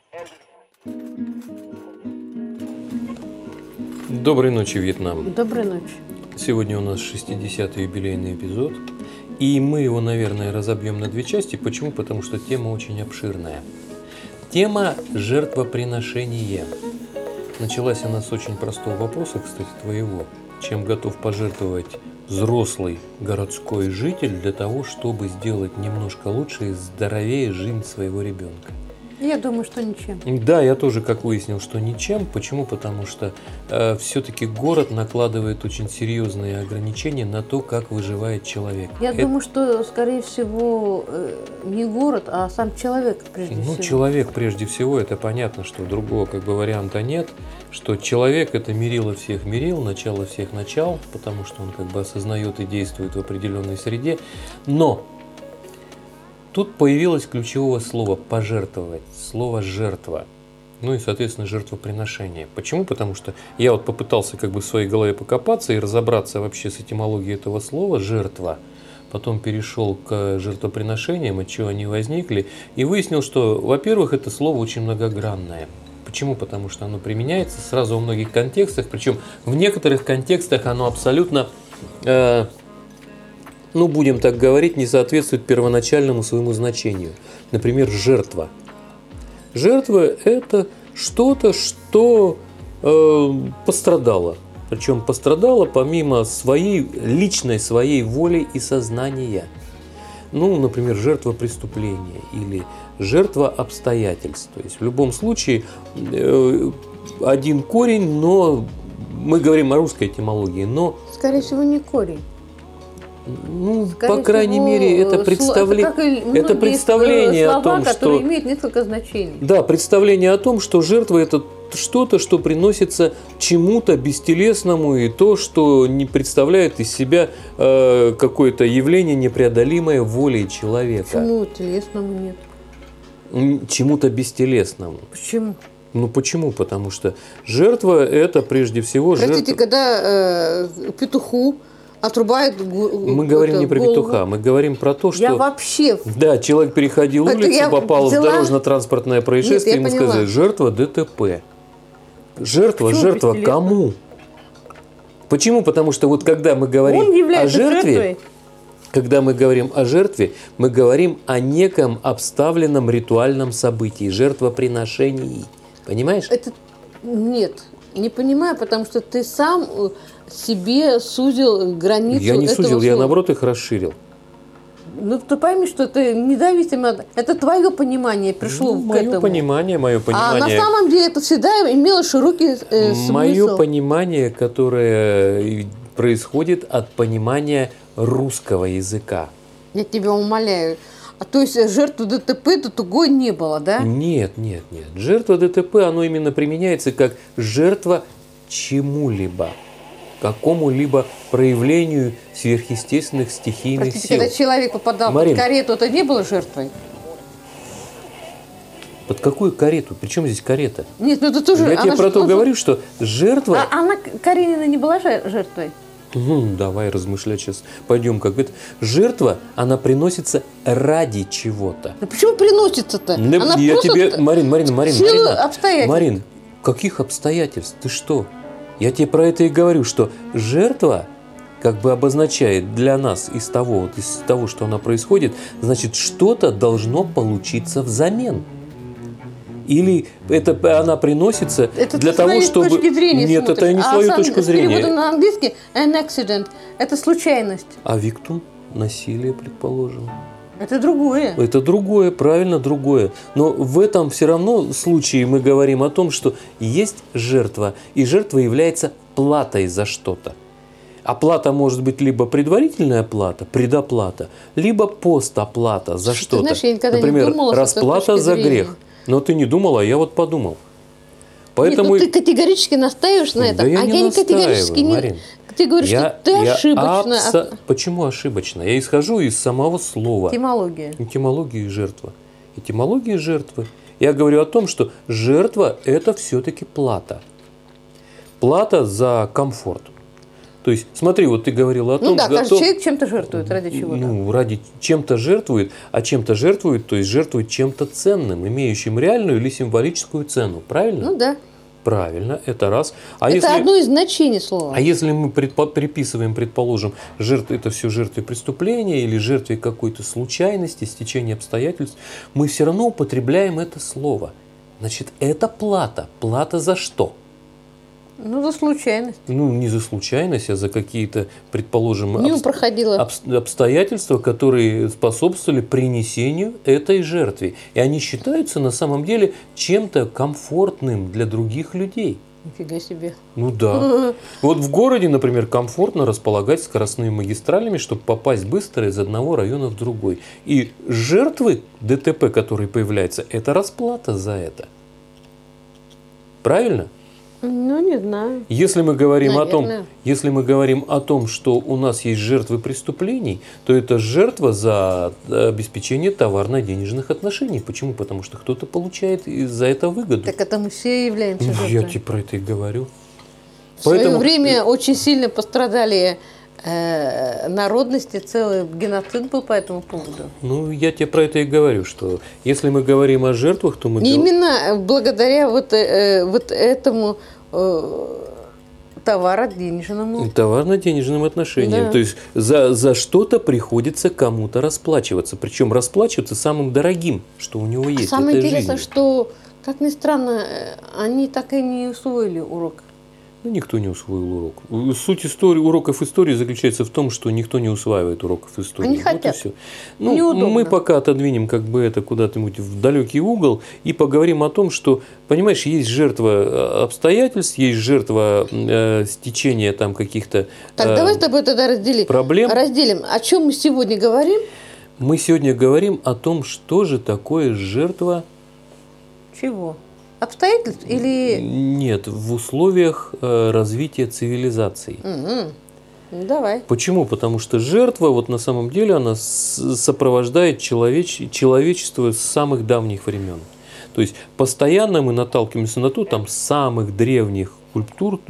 Доброй ночи, Вьетнам. Доброй ночи. Сегодня у нас 60-й юбилейный эпизод. И мы его, наверное, разобьем на две части. Почему? Потому что тема очень обширная. Тема жертвоприношения. Началась она с очень простого вопроса, кстати, твоего. Чем готов пожертвовать взрослый городской житель для того, чтобы сделать немножко лучше и здоровее жизнь своего ребенка? Я думаю, что ничем. Да, я тоже, как выяснил, что ничем. Почему? Потому что все-таки город накладывает очень серьезные ограничения на то, как выживает человек. Я думаю, что, скорее всего, не город, а сам человек прежде всего. Человек прежде всего, это понятно, что другого варианта нет. Что человек – это мерило всех мерил, начало всех начал, потому что он осознает и действует в определенной среде. Но тут появилось ключевое слово «пожертвовать», слово «жертва». Ну и, соответственно, жертвоприношение. Почему? Потому что я попытался в своей голове покопаться и разобраться вообще с этимологией этого слова «жертва». Потом перешел к жертвоприношениям, от чего они возникли, и выяснил, что, во-первых, это слово очень многогранное. Почему? Потому что оно применяется сразу во многих контекстах, причем в некоторых контекстах оно абсолютно, будем так говорить, не соответствует первоначальному своему значению. Например, жертва. Жертва – это что-то, что пострадало. Причем пострадало помимо своей личной своей воли и сознания. Например, жертва преступления или жертва обстоятельств. То есть в любом случае один корень, но мы говорим о русской этимологии, но… Скорее всего, не корень. По крайней мере, это представление слова, о том, которые имеют несколько значений. Да, представление о том, что жертва – это что-то, что приносится чему-то бестелесному, и то, что не представляет из себя какое-то явление непреодолимое волей человека. Почему телесному нет? Чему-то бестелесному. Почему? Почему? Потому что жертва – это прежде всего Простите, когда петуху отрубают мы говорим не про петуха, мы говорим про то, что… Я вообще… Да, человек переходил улицу, попал в дорожно-транспортное происшествие, ему сказали, жертва ДТП. Жертва кому? Почему? Потому что когда мы говорим о жертве, когда мы говорим о жертве, мы говорим о неком обставленном ритуальном событии, жертвоприношении. Понимаешь? Нет, не понимаю, потому что ты сам себе сузил границу. Я не этого сузил, слова. я наоборот их расширил. Ты пойми, что это независимо. Это твое понимание пришло к этому. Мое понимание. А на самом деле это всегда имело широкий смысл. Мое понимание, которое происходит от понимания русского языка. Я тебя умоляю. То есть жертвы ДТП до того не было, да? Нет. Жертва ДТП, оно именно применяется как жертва чему-либо, какому-либо проявлению сверхъестественных стихийных сил. Когда человек попадал под карету, это не было жертвой? Под какую карету? Причем здесь карета? Нет, это тоже… Я тебе про то говорю, что жертва… Она, Каренина, не была жертвой? Давай размышлять сейчас. Пойдем жертва, она приносится ради чего-то. Почему приносится-то? Марин, каких обстоятельств? Ты что? Я тебе про это и говорю, что жертва обозначает для нас из того, что она происходит, значит, что-то должно получиться взамен. Или она приносится это для того, чтобы… Нет, смотришь. это не свою точку зрения. Переводом на английский an accident – это случайность. А victim – насилие, предположим. Это другое. Это другое, правильно, другое. Но в этом все равно случае мы говорим о том, что есть жертва, и жертва является платой за что-то. Оплата может быть либо предварительная плата, предоплата, либо постоплата за что-то. Знаешь, я никогда Например, не думала, расплата за грех. Но ты не думала, а я подумал. Поэтому… Нет, ты категорически настаиваешь на этом, я не категорически не… Марин. Ты говоришь, что ты ошибочно. Почему ошибочно? Я исхожу из самого слова. Этимологии жертва. Этимологии жертвы. Я говорю о том, что жертва – это все-таки плата. Плата за комфорт. То есть, смотри, вот ты говорила о том, Ну да, каждый готов- человек чем-то жертвует, ради чего-то. ну, ради чем-то жертвует, а чем-то жертвует, то есть жертвует чем-то ценным, имеющим реальную или символическую цену. Правильно? Ну да. Правильно, это раз. А Это если, одно из значений слова. а если мы приписываем, предположим, это все жертве преступления или жертве какой-то случайности, стечения обстоятельств, мы все равно употребляем это слово. Значит, это плата. Плата за что? Ну, за случайность. Ну, не за случайность, а за какие-то, предположим, Мимо проходила. обстоятельства, которые способствовали принесению этой жертве. И они считаются на самом деле чем-то комфортным для других людей. Нифига себе. Ну да. Вот в городе, например, комфортно располагать скоростными магистралями, чтобы попасть быстро из одного района в другой. И жертвы ДТП, которые появляются, это расплата за это. Правильно? Ну, не знаю. Если мы говорим Наверное. о том, что у нас есть жертвы преступлений, то это жертва за обеспечение товарно-денежных отношений. Почему? Потому что кто-то получает за это выгоду. Так это мы все являемся Ну, жертвами. я тебе про это и говорю. В свое время очень сильно пострадали народности, целый геноцид был по этому поводу. Ну, я тебе про это и говорю, что если мы говорим о жертвах, то мы Именно благодаря вот этому товаро-денежному. товарно-денежным отношениям. Да. То есть за что-то приходится кому-то расплачиваться. Причем расплачиваться самым дорогим, что у него есть. Самое это интересное, жизнь. что, как ни странно, они так и не усвоили урок. Ну, никто не усвоил урок. Суть уроков истории заключается в том, что никто не усваивает уроков истории. Они Вот хотят. и все. Ну, Неудобно. мы пока отодвинем как бы это куда-нибудь в далекий угол и поговорим о том, что, понимаешь, есть жертва обстоятельств, есть жертва стечения там каких-то Так, давай с тобой тогда проблем. разделим. О чем мы сегодня говорим? Мы сегодня говорим о том, что же такое жертва. Чего? Обстоятельств или... Нет, в условиях развития цивилизации. Мгм. Ну, давай. Почему? Потому что жертва, вот на самом деле, она сопровождает человечество с самых давних времен. То есть постоянно мы наталкиваемся на то, там, с самых древних культур,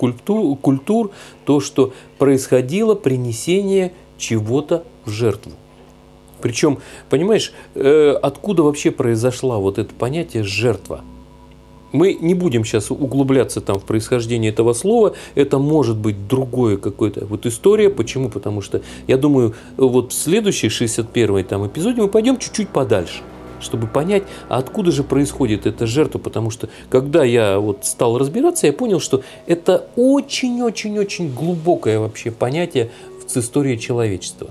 то, что происходило принесение чего-то в жертву. Причем, понимаешь, откуда вообще произошло вот это понятие «жертва»? Мы не будем сейчас углубляться там в происхождение этого слова. Это может быть другое какое-то вот история. Почему? Потому что, я думаю, вот в следующей 61-й там эпизоде мы пойдем чуть-чуть подальше, чтобы понять, а откуда же происходит эта жертва. Потому что, когда я вот стал разбираться, я понял, что это очень-очень-очень глубокое вообще понятие в истории человечества.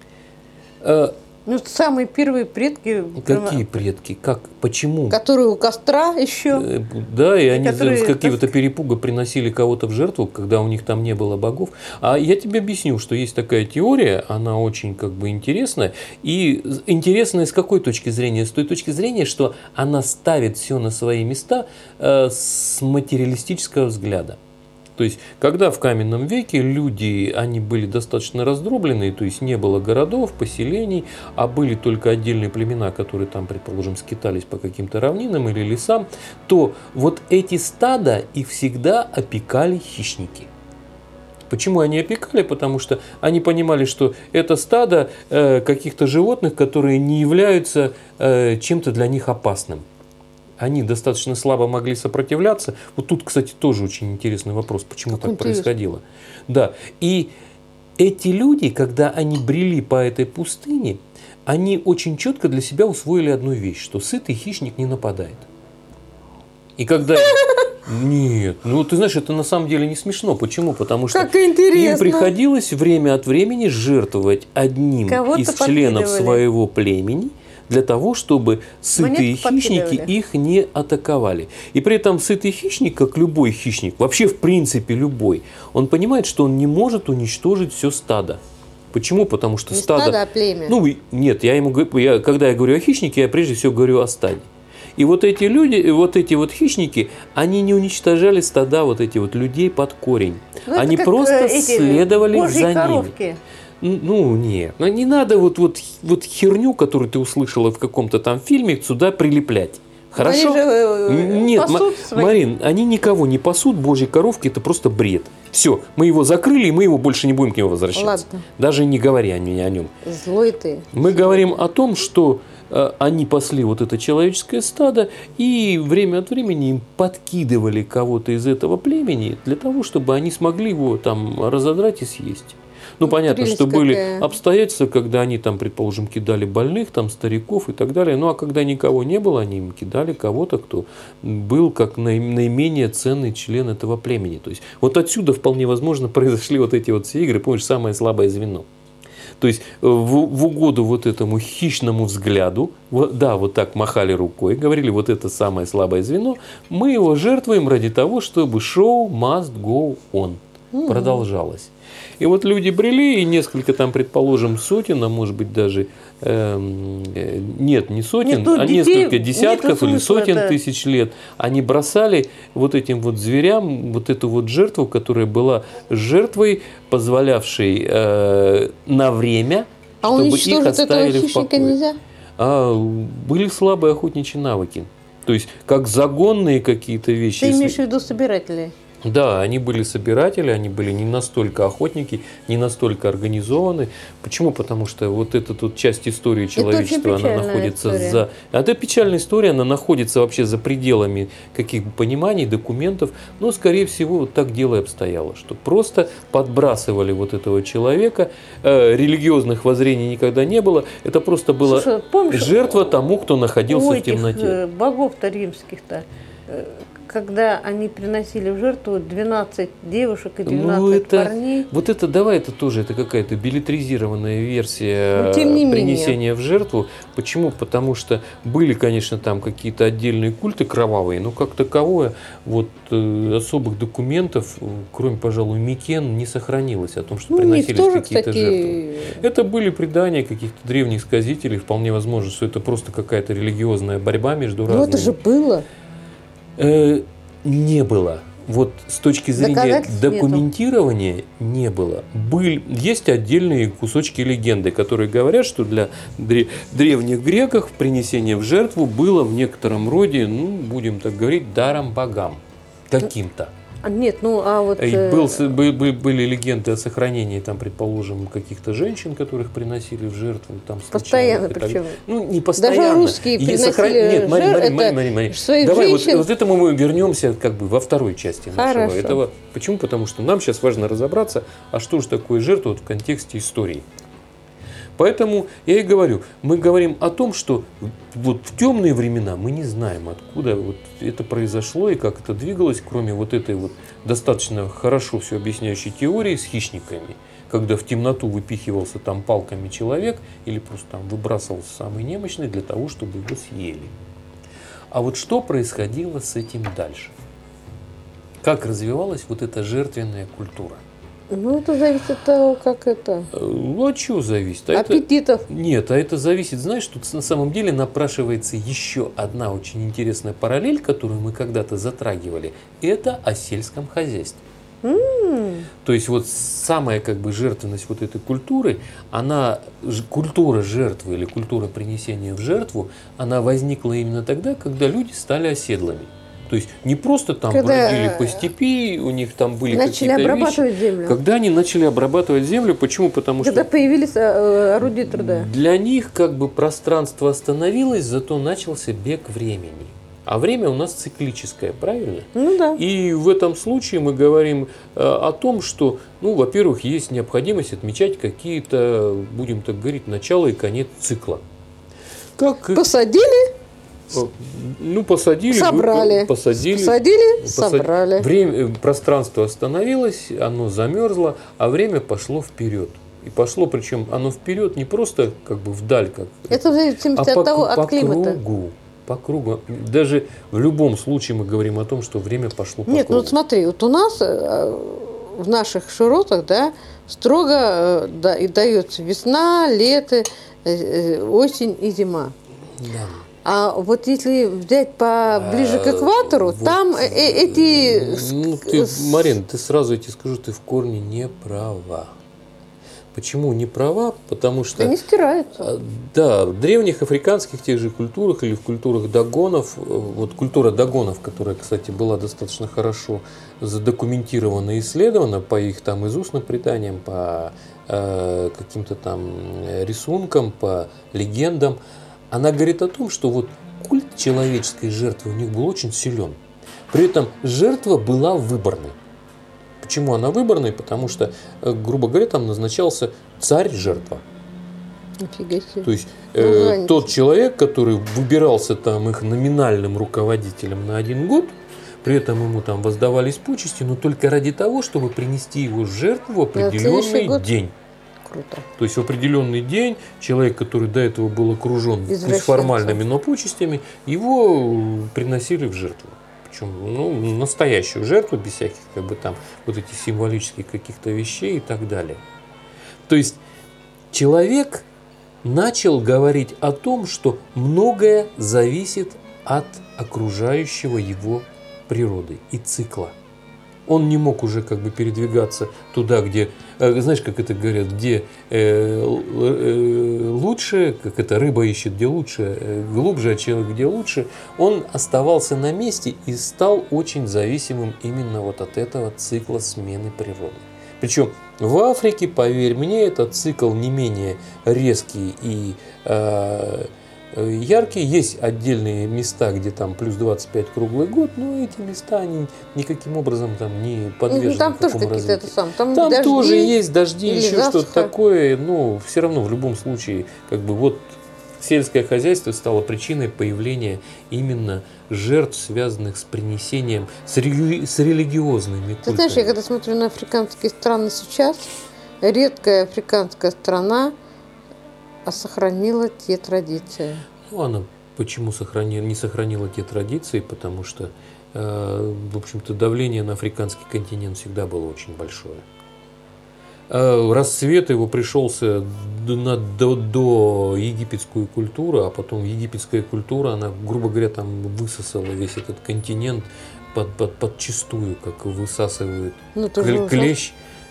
Ну, самые первые предки, Какие предки? Как? Почему? которые у костра еще. Да, и они которые- с какого-то перепуга приносили кого-то в жертву, когда у них там не было богов. А я тебе объясню, что есть такая теория, она очень как бы интересная. И интересная с какой точки зрения? С той точки зрения, что она ставит все на свои места с материалистического взгляда. То есть, когда в каменном веке люди, они были достаточно раздробленные, то есть не было городов, поселений, а были только отдельные племена, которые там, предположим, скитались по каким-то равнинам или лесам, то вот эти стада их всегда опекали хищники. Почему они опекали? Потому что они понимали, что это стадо каких-то животных, которые не являются чем-то для них опасным. Они достаточно слабо могли сопротивляться. Вот тут, кстати, тоже очень интересный вопрос, почему Как так интересно. происходило. Да. И эти люди, когда они брели по этой пустыне, они очень четко для себя усвоили одну вещь, что сытый хищник не нападает. И когда... Нет, ну ты знаешь, это на самом деле не смешно. Почему? Потому что Как интересно. им приходилось время от времени жертвовать одним Кого-то из членов подкидывали. своего племени для того, чтобы сытые Монетку хищники подкидывали. их не атаковали. И при этом сытый хищник, как любой хищник, вообще в принципе любой, он понимает, что он не может уничтожить все стадо. Почему? Потому что Не стадо... стадо, а племя. Ну, нет, когда я говорю о хищнике, я прежде всего говорю о стаде. И вот эти люди, вот эти вот хищники, они не уничтожали стада вот этих вот людей под корень. Ну, это Они как, просто эти следовали божьи за ними. коровки. Ну, нет. Не надо вот херню, которую ты услышала в каком-то там фильме, сюда прилеплять. Хорошо? Они же Нет, пасут свои. Марин, они никого не пасут, божьи коровки, это просто бред. Все, мы его закрыли, и мы его больше не будем к нему возвращаться. Ладно. Даже не говоря о нем. Злой ты. Мы говорим о том, что они пасли вот это человеческое стадо, и время от времени им подкидывали кого-то из этого племени для того, чтобы они смогли его там разодрать и съесть. Ну, понятно, прелесть что были какая. обстоятельства, когда они там, предположим, кидали больных, там, стариков и так далее. Ну, а когда никого не было, они им кидали кого-то, кто был как наименее ценный член этого племени. То есть, вот отсюда вполне возможно произошли вот эти вот все игры. Помнишь, самое слабое звено. То есть, в угоду вот этому хищному взгляду, да, вот так махали рукой, говорили, вот это самое слабое звено, мы его жертвуем ради того, чтобы show must go on продолжалось. И вот люди брели, и несколько там, предположим, сотен, а может быть даже, нет, не сотен, а несколько десятков или сотен тысяч лет, они бросали вот этим вот зверям вот эту вот жертву, которая была жертвой, позволявшей на время, чтобы их оставили в покое. Нельзя? Были слабые охотничьи навыки. То есть, как загонные какие-то вещи. Ты имеешь в виду собирателей? Да, они были собиратели, они были не настолько охотники, не настолько организованы. Почему? Потому что вот эта тут часть истории человечества, она находится за... Это печальная история, она находится вообще за пределами каких бы пониманий, документов. Но, скорее всего, вот так дело и обстояло, что просто подбрасывали вот этого человека. Религиозных воззрений никогда не было. Это просто была жертва тому, кто находился в темноте. Богов-то римских-то. Когда они приносили в жертву 12 девушек и 12 парней. Вот это, давай, это тоже, это какая-то билетризированная версия принесения в жертву. Почему? Потому что были, конечно, там какие-то отдельные культы кровавые, но как таковое вот особых документов, кроме, пожалуй, Микен, не сохранилось о том, что приносились тоже, какие-то жертвы. Это были предания каких-то древних сказителей. Вполне возможно, что это просто какая-то религиозная борьба между разными. Ну это же было. Не было. Вот с точки зрения документирования не было. Есть отдельные кусочки легенды, которые говорят, что для древних греков принесение в жертву было в некотором роде, ну, будем так говорить, даром богам. Каким-то. Нет, ну а вот... Были легенды о сохранении, там, предположим, каких-то женщин, которых приносили в жертву. Там, постоянно причем. Ну, не постоянно. Даже русские приносили Нет, своих давай женщин. вот этому мы вернемся как бы во второй части нашего этого. Почему? Потому что нам сейчас важно разобраться, а что же такое жертва вот в контексте истории. Поэтому я и говорю, мы говорим о том, что вот в темные времена мы не знаем, откуда вот это произошло и как это двигалось, кроме вот этой вот достаточно хорошо все объясняющей теории с хищниками, когда в темноту выпихивался там палками человек или просто там выбрасывался самый немощный для того, чтобы его съели. А вот что происходило с этим дальше? Как развивалась вот эта жертвенная культура? Ну, это зависит от того, как это... Ну, от чего зависит? Аппетитов. Нет, а это зависит, знаешь, тут на самом деле напрашивается еще одна очень интересная параллель, которую мы когда-то затрагивали. Это о сельском хозяйстве. То есть вот самая как бы жертвенность вот этой культуры, культура жертвы или культура принесения в жертву, она возникла именно тогда, когда люди стали оседлыми. То есть не просто там бродили по степи, у них там были какие-то обрабатывать землю. Когда они начали обрабатывать землю, почему? Потому что... Когда появились орудия труда. Для них как бы пространство остановилось, зато начался бег времени. А время у нас циклическое, правильно? Ну да. И в этом случае мы говорим о том, что, ну, во-первых, есть необходимость отмечать какие-то, будем так говорить, начало и конец цикла. Посадили? Ну, посадили, собрали. Собрали. Пространство остановилось, оно замерзло, а время пошло вперед. И пошло, причем оно вперед не просто как бы вдаль, как, это в зависимости от климата. По кругу. Даже в любом случае мы говорим о том, что время пошло по кругу. Нет, ну вот смотри, вот у нас в наших широтах, да, строго дается весна, лето, осень и зима. Да. А вот если взять поближе к экватору, вот, там эти... Марин, ты сразу я тебе скажу, ты в корне не права. Почему не права? Потому что Они стираются. да, в древних африканских тех же культурах или в культурах догонов, вот культура догонов, которая, кстати, была достаточно хорошо задокументирована и исследована по их там из устным преданиям, по каким-то там рисункам, по легендам, она говорит о том, что вот культ человеческой жертвы у них был очень силен. При этом жертва была выборной. Почему она выборной? Потому что, грубо говоря, там назначался царь-жертва. Нифига себе. То есть Ну, тот человек, который выбирался там их номинальным руководителем на 1 год, при этом ему там воздавались почести, но только ради того, чтобы принести его в жертву в определенный год? день. Круто. То есть в определенный день человек, который до этого был окружен пусть Извращенцем. формальными, но почестями, его приносили в жертву. Причем настоящую жертву, без всяких как бы там вот этих символических каких-то вещей и так далее. То есть человек начал говорить о том, что многое зависит от окружающего его природы и цикла. Он не мог уже как бы передвигаться туда, где, знаешь, как это говорят, где лучше, как это рыба ищет, где лучше, глубже, а человек где лучше. Он оставался на месте и стал очень зависимым именно вот от этого цикла смены природы. Причем в Африке, поверь мне, этот цикл не менее резкий и яркие. Есть отдельные места, где там плюс 25 круглый год, но эти места, они никаким образом там не подвержены там тоже какому какие-то развитию. Там Там дожди, тоже есть дожди, или еще засуха. что-то такое, но все равно в любом случае, как бы вот сельское хозяйство стало причиной появления именно жертв, связанных с принесением, с религиозными Ты знаешь, я культами. когда смотрю на африканские страны сейчас, редкая африканская страна сохранила те традиции. Ну, она почему не сохранила те традиции? Потому что, в общем-то, давление на африканский континент всегда было очень большое. Расцвет его пришелся до египетскую культуру, а потом египетская культура, она, грубо говоря, там высосала весь этот континент подчистую, как высасывают клещ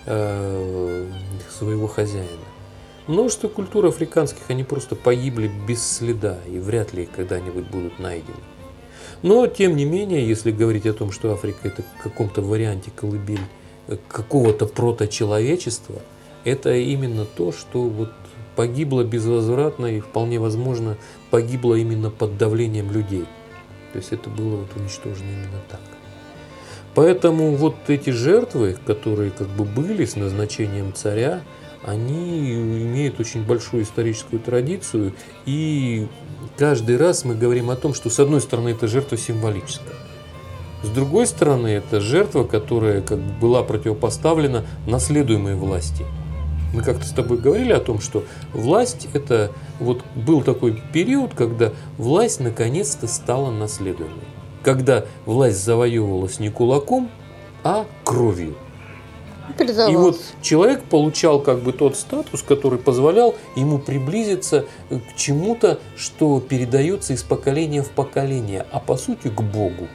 своего хозяина. Множество культур африканских, они просто погибли без следа и вряд ли когда-нибудь будут найдены. Но, тем не менее, если говорить о том, что Африка это в каком-то варианте колыбель какого-то проточеловечества, это именно то, что вот погибло безвозвратно и вполне возможно погибло именно под давлением людей. То есть это было вот уничтожено именно так. Поэтому вот эти жертвы, которые как бы были с назначением царя, они имеют очень большую историческую традицию, и каждый раз мы говорим о том, что с одной стороны это жертва символическая, с другой стороны это жертва, которая как бы была противопоставлена наследуемой власти. Мы как-то с тобой говорили о том, что власть это вот был такой период, когда власть наконец-то стала наследуемой, когда власть завоевывалась не кулаком, а кровью. И вот человек получал как бы тот статус, который позволял ему приблизиться к чему-то, что передается из поколения в поколение, а по сути к Богу.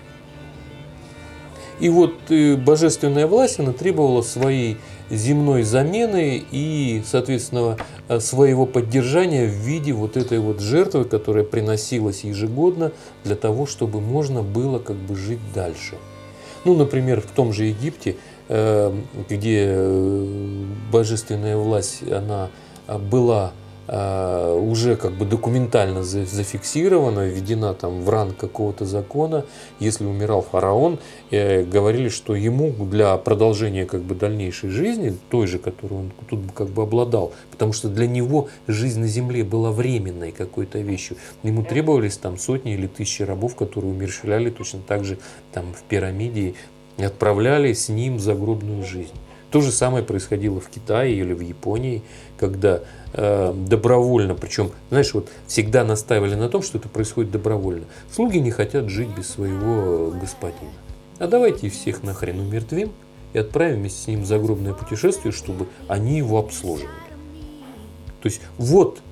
И вот божественная власть, она требовала своей земной замены и, соответственно, своего поддержания в виде вот этой вот жертвы, которая приносилась ежегодно для того, чтобы можно было как бы жить дальше. Ну, например, в том же Египте, где божественная власть, она была уже как бы документально зафиксирована, введена там в ранг какого-то закона. Если умирал фараон, говорили, что ему для продолжения как бы дальнейшей жизни, той же, которую он тут как бы обладал, потому что для него жизнь на земле была временной какой-то вещью, ему требовались там сотни или тысячи рабов, которые умерщвляли точно так же там в пирамиде и отправляли с ним загробную жизнь. То же самое происходило в Китае или в Японии, когда добровольно, причем, знаешь, вот всегда настаивали на том, что это происходит добровольно. Слуги не хотят жить без своего господина. А давайте их всех нахрен умертвим и отправим вместе с ним в загробное путешествие, чтобы они его обслуживали. То есть вот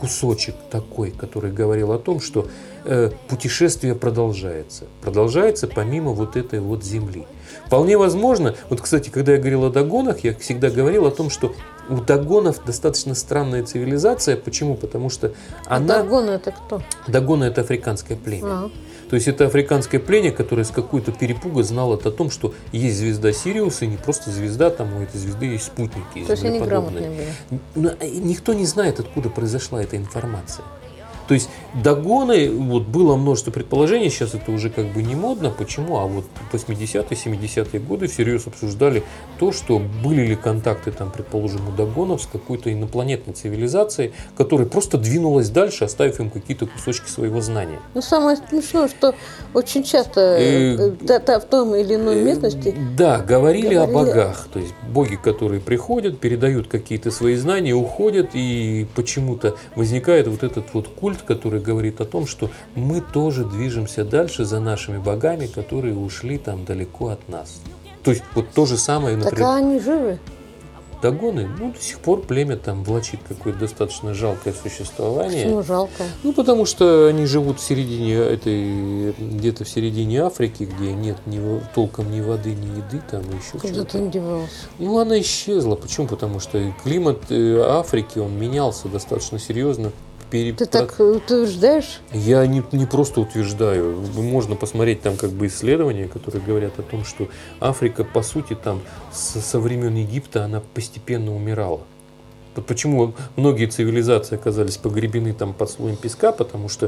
кусочек такой, который говорил о том, что путешествие продолжается. Продолжается помимо вот этой вот земли. Вполне возможно, вот, кстати, когда я говорил о догонах, я всегда говорил о том, что у догонов достаточно странная цивилизация. Почему? Потому что она... Дагоны это кто? Дагоны – это африканское племя. А. То есть это африканское племя, которое с какой-то перепуга знало о том, что есть звезда Сириус, и не просто звезда, там у этой звезды есть спутники. То есть они грамотные были. Но никто не знает, откуда произошла эта информация. То есть догоны, вот было множество предположений, сейчас это уже как бы не модно. Почему? А вот в 80-е, 70-е годы всерьез обсуждали то, что были ли контакты, там, предположим, у догонов с какой-то инопланетной цивилизацией, которая просто двинулась дальше, оставив им какие-то кусочки своего знания. Ну, самое смешное, что очень часто в том или иной местности... Да, говорили о богах. То есть боги, которые приходят, передают какие-то свои знания, уходят, и почему-то возникает вот этот вот культ, который говорит о том, что мы тоже движемся дальше за нашими богами, которые ушли там далеко от нас. То есть вот то же самое, например... Так а они живы? Догоны, до сих пор племя там влачит какое-то достаточно жалкое существование. Почему жалко? Потому что они живут в середине где-то в середине Африки, где нет толком ни воды, ни еды, там и еще Куда что-то. ты не девался? Она исчезла. Почему? Потому что климат Африки, он менялся достаточно серьезно. Ты так утверждаешь? Я не просто утверждаю. Можно посмотреть там как бы исследования, которые говорят о том, что Африка, по сути, там со времен Египта она постепенно умирала. Вот почему многие цивилизации оказались погребены там под слоем песка, потому что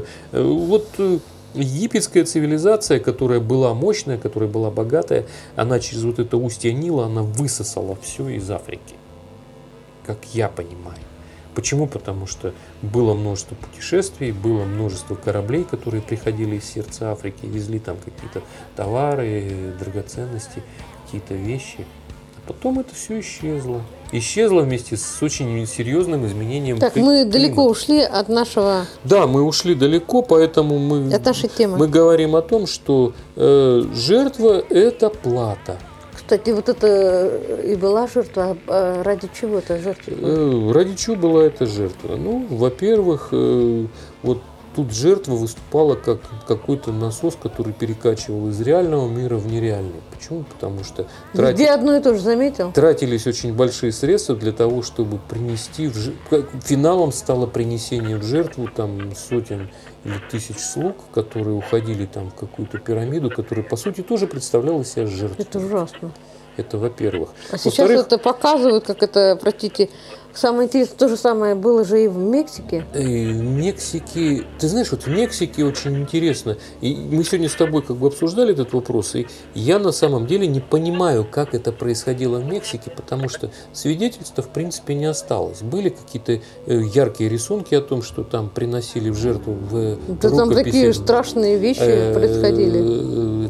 египетская цивилизация, которая была мощная, которая была богатая, она через вот это устье Нила, она высосала все из Африки. Как я понимаю. Почему? Потому что было множество путешествий, было множество кораблей, которые приходили из сердца Африки, везли там какие-то товары, драгоценности, какие-то вещи. А потом это все исчезло. Исчезло вместе с очень серьезным изменением климата. Мы далеко ушли от нашего... Да, мы ушли далеко, поэтому от нашей темы. Мы говорим о том, что жертва – это плата. Кстати, вот это и была жертва. А ради чего эта жертва была? Ради чего была эта жертва? Во-первых, вот тут жертва выступала как какой-то насос, который перекачивал из реального мира в нереальный. Почему? Потому что везде одно и то же, заметил? Тратились очень большие средства для того, чтобы принести финалом стало принесение в жертву там сотен или тысяч слуг, которые уходили там в какую-то пирамиду, которая по сути тоже представляла себя жертвой. Это ужасно. Это во-первых. А сейчас это показывают, как это, простите, самое интересное, то же самое было же и в Мексике. В Мексике, ты знаешь, вот в Мексике очень интересно, и мы сегодня с тобой как бы обсуждали этот вопрос, и я на самом деле не понимаю, как это происходило в Мексике, потому что свидетельства в принципе не осталось. Были какие-то яркие рисунки о том, что там приносили в жертву в там такие страшные вещи происходили.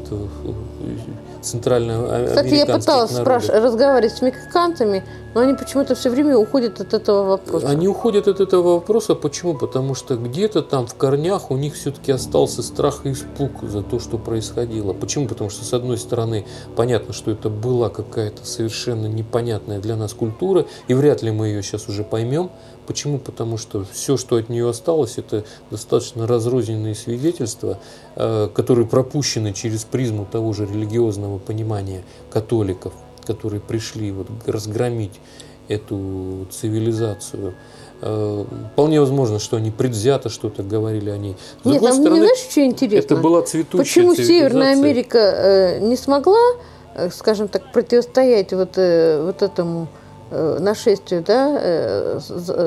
Центральноамериканских Кстати, я пыталась разговаривать с мексиканцами, но они почему-то все время уходят от этого вопроса. Они уходят от этого вопроса. Почему? Потому что где-то там в корнях у них все-таки остался страх и испуг за то, что происходило. Почему? Потому что, с одной стороны, понятно, что это была какая-то совершенно непонятная для нас культура, и вряд ли мы ее сейчас уже поймем. Почему? Потому что все, что от нее осталось, это достаточно разрозненные свидетельства, которые пропущены через призму того же религиозного понимания католиков, которые пришли разгромить эту цивилизацию. Вполне возможно, что они предвзято что-то говорили о ней. С другой стороны, знаешь, что интересно? Это была цветущая Почему цивилизация. Северная Америка не смогла, скажем так, противостоять вот этому нашествию, да,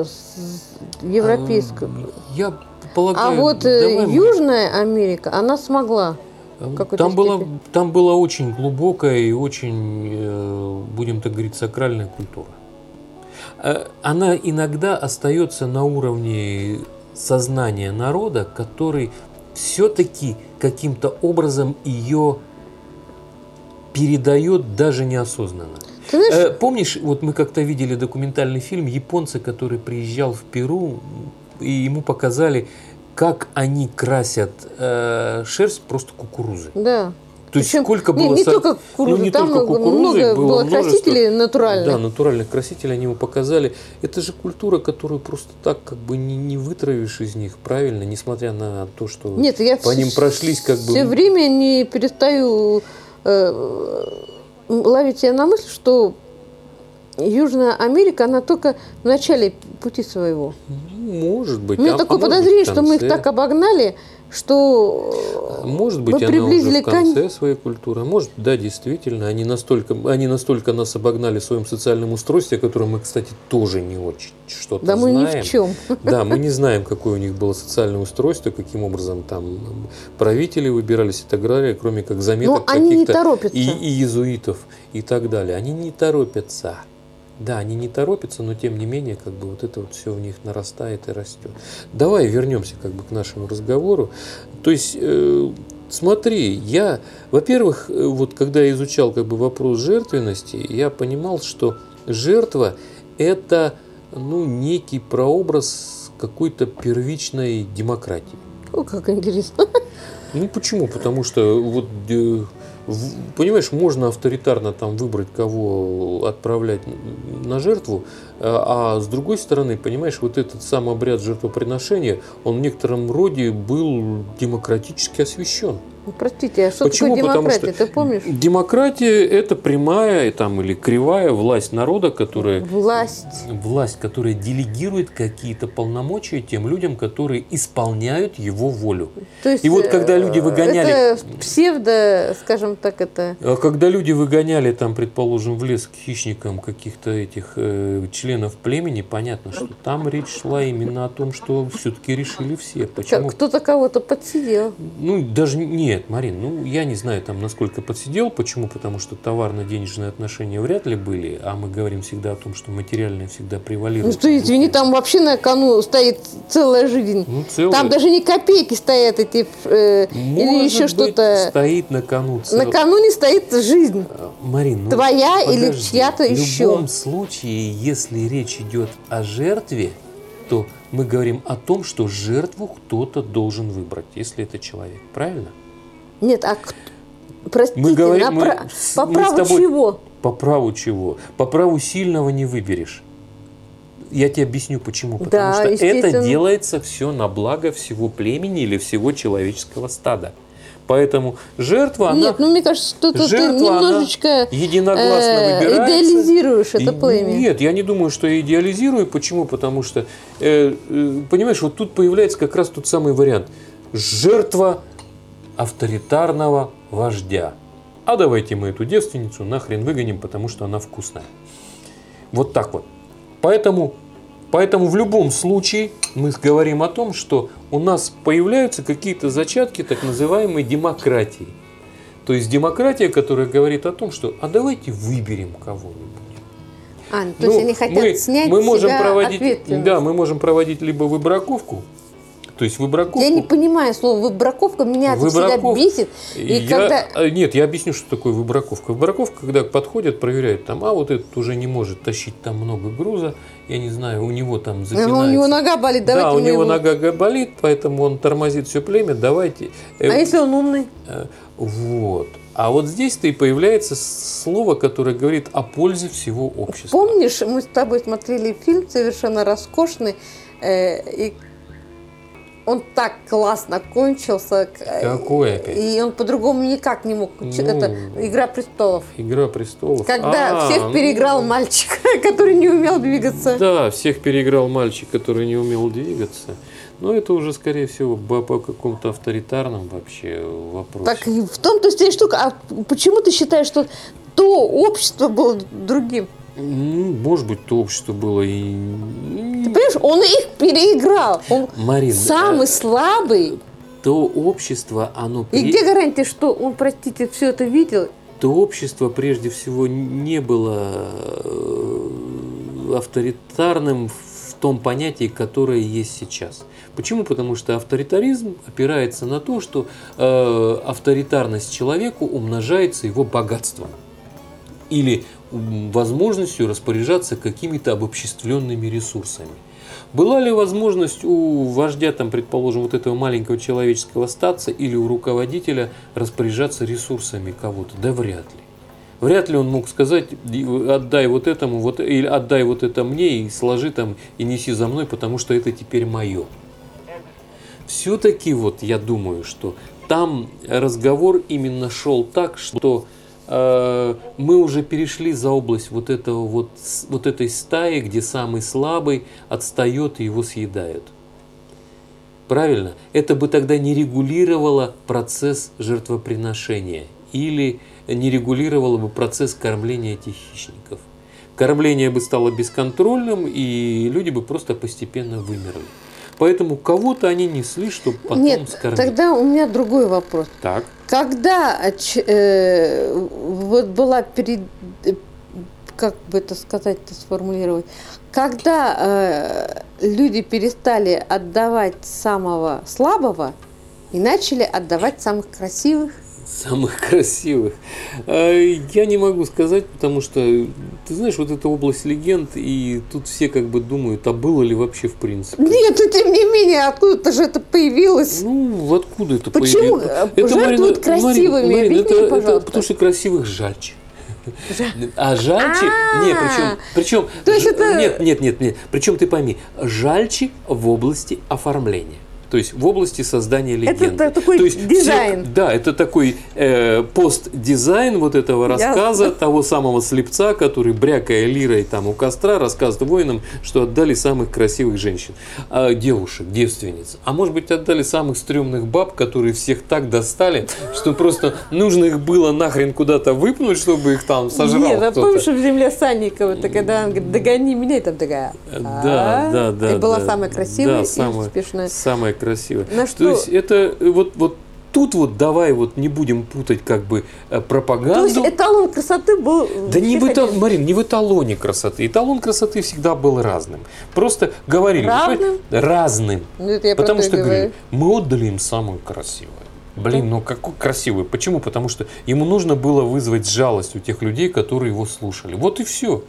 европейскому? Я полагаю, а вот Южная Америка, она смогла. Там была очень глубокая и очень, будем так говорить, сакральная культура. Она иногда остается на уровне сознания народа, который все-таки каким-то образом ее передает даже неосознанно. Помнишь, вот мы как-то видели документальный фильм японца, который приезжал в Перу, и ему показали, как они красят шерсть просто кукурузой. Да. То есть Причем сколько было... не только кукурузы, не там только кукурузы, много было множество. красителей натуральных. Да, натуральных красителей они ему показали. Это же культура, которую просто так как бы не вытравишь из них, правильно, несмотря на то, что Нет, я по ним прошлись как бы... все время не перестаю ловить себя на мысль, что Южная Америка, она только в начале пути своего. Может быть. У меня такое подозрение, что мы их так обогнали, что может быть, мы она приблизили уже в конце своей культуры. Может, да, действительно, они настолько нас обогнали в своем социальном устройстве, о котором мы, кстати, тоже не очень что-то да знаем. мы ни в чем. Да, мы не знаем, какое у них было социальное устройство, каким образом там правители выбирались и так далее, кроме как заметок каких-то и иезуитов и так далее. Они не торопятся. Да, они не торопятся, но тем не менее, как бы вот это вот все у них нарастает и растет. Давай вернемся как бы к нашему разговору. То есть, смотри, во-первых, вот когда я изучал как бы вопрос жертвенности, я понимал, что жертва это, некий прообраз какой-то первичной демократии. О, как интересно. Почему? Потому что вот понимаешь, можно авторитарно там выбрать, кого отправлять на жертву, а с другой стороны, понимаешь, вот этот сам обряд жертвоприношения, он в некотором роде был демократически освящен. Простите, а что такое демократия, ты помнишь? Демократия – это прямая или кривая власть народа, которая которая делегирует какие-то полномочия тем людям, которые исполняют его волю. То есть, и вот когда люди выгоняли… Это псевдо, скажем так, это… Когда люди выгоняли, там, предположим, в лес к хищникам каких-то этих членов племени, понятно, что там речь шла именно о том, что все-таки решили все. Почему? Кто-то кого-то подсидел. Даже нет, Марин, я не знаю, там, насколько подсидел. Почему? Потому что товарно-денежные отношения вряд ли были, а мы говорим всегда о том, что материальное всегда превалирует. Извини, там вообще на кону стоит целая жизнь. Там даже не копейки стоят эти, или еще что-то. Стоит на кону. На кону не стоит жизнь. Марин, твоя или чья-то еще. В любом случае, если речь идет о жертве, то мы говорим о том, что жертву кто-то должен выбрать, если это человек. Правильно? Нет, простите, мы говорим, по праву чего? По праву чего? По праву сильного не выберешь. Я тебе объясню почему. Потому что это делается все на благо всего племени или всего человеческого стада. Поэтому жертва, Нет, мне кажется, что ты немножечко единогласно выбирается. Идеализируешь это племя. Нет, я не думаю, что я идеализирую. Почему? Потому что, понимаешь, вот тут появляется как раз тот самый вариант. Жертва авторитарного вождя. А давайте мы эту девственницу нахрен выгоним, потому что она вкусная. Вот так вот. Поэтому в любом случае мы говорим о том, что у нас появляются какие-то зачатки так называемой демократии. То есть демократия, которая говорит о том, что давайте выберем кого-нибудь. То есть они хотят снять с себя ответственность. Да, мы можем проводить либо выбраковку. То есть выбраковку. Я не понимаю слово выбраковка, меня это всегда бесит. Нет, я объясню, что такое выбраковка. Выбраковка, когда подходят, проверяют, вот этот уже не может тащить там много груза, я не знаю, у него там запинается. У него нога болит, давайте у него нога болит, поэтому он тормозит все племя, давайте. А если он умный? Вот. А вот здесь-то и появляется слово, которое говорит о пользе всего общества. Помнишь, мы с тобой смотрели фильм совершенно роскошный, и он так классно кончился. Какой опять? И он по-другому никак не мог. Это «Игра престолов». «Игра престолов». Когда всех переиграл мальчик, который не умел двигаться. Да, всех переиграл мальчик, который не умел двигаться. Но это уже, скорее всего, по какому-то авторитарному вообще вопросу. Так в том-то вся штука. А почему ты считаешь, что то общество было другим? Может быть, то общество было и… Ты понимаешь, он их переиграл. Он Марин, самый слабый. То общество, оно… И где гарантия, что он, простите, все это видел? То общество, прежде всего, не было авторитарным в том понятии, которое есть сейчас. Почему? Потому что авторитаризм опирается на то, что авторитарность человеку умножается его богатством. Или возможностью распоряжаться какими-то обобществленными ресурсами. Была ли возможность у вождя, там, предположим, вот этого маленького человеческого статца или у руководителя распоряжаться ресурсами кого-то? Да вряд ли. Вряд ли он мог сказать: отдай вот этому, вот, или отдай вот это мне и сложи там и неси за мной, потому что это теперь мое. Все-таки вот я думаю, что там разговор именно шел так, что мы уже перешли за область вот этой стаи, где самый слабый отстает и его съедают. Правильно? Это бы тогда не регулировало процесс жертвоприношения или не регулировало бы процесс кормления этих хищников. Кормление бы стало бесконтрольным, и люди бы просто постепенно вымерли. Поэтому кого-то они несли, чтобы потом скормить. Тогда у меня другой вопрос. Так. Когда вот была как бы это сказать-то, сформулировать, когда люди перестали отдавать самого слабого и начали отдавать самых красивых? Самых красивых. Я не могу сказать, потому что, ты знаешь, вот эта область легенд, и тут все как бы думают, а было ли вообще в принципе. Нет, но тем не менее, откуда-то же это появилось. Ну, откуда это Почему? появилось? Почему жертвуют красивыми? Марин, Объясните, пожалуйста. это потому что красивых жальче. А жальче, нет, причем, То есть это... нет, причем ты пойми, жальче в области оформления. То есть в области создания легенды. Это такой то есть дизайн. Да, это такой постдизайн вот этого рассказа, того самого слепца, который, брякая лирой там у костра, рассказывает воинам, что отдали самых красивых женщин, девушек, девственниц. А может быть, отдали самых стрёмных баб, которые всех так достали, что просто нужно их было нахрен куда-то выпнуть, чтобы их там сожрал Нет, кто-то. помнишь, в «Земле Санникова», когда он говорит, догони меня, и там такая. Да. И была самая красивая и самая успешная. Самая красивая. На что? То есть это вот тут вот давай вот не будем путать как бы пропаганду. То есть эталон красоты был... Да не в эталоне, Марин, не в эталоне красоты. Эталон красоты всегда был разным. Просто говорили... Равным? Разным. Ну, это я Потому про то что и говорю. говорили, мы отдали им самую красивую. Блин, ну какой красивый. Почему? Потому что ему нужно было вызвать жалость у тех людей, которые его слушали. Вот и все.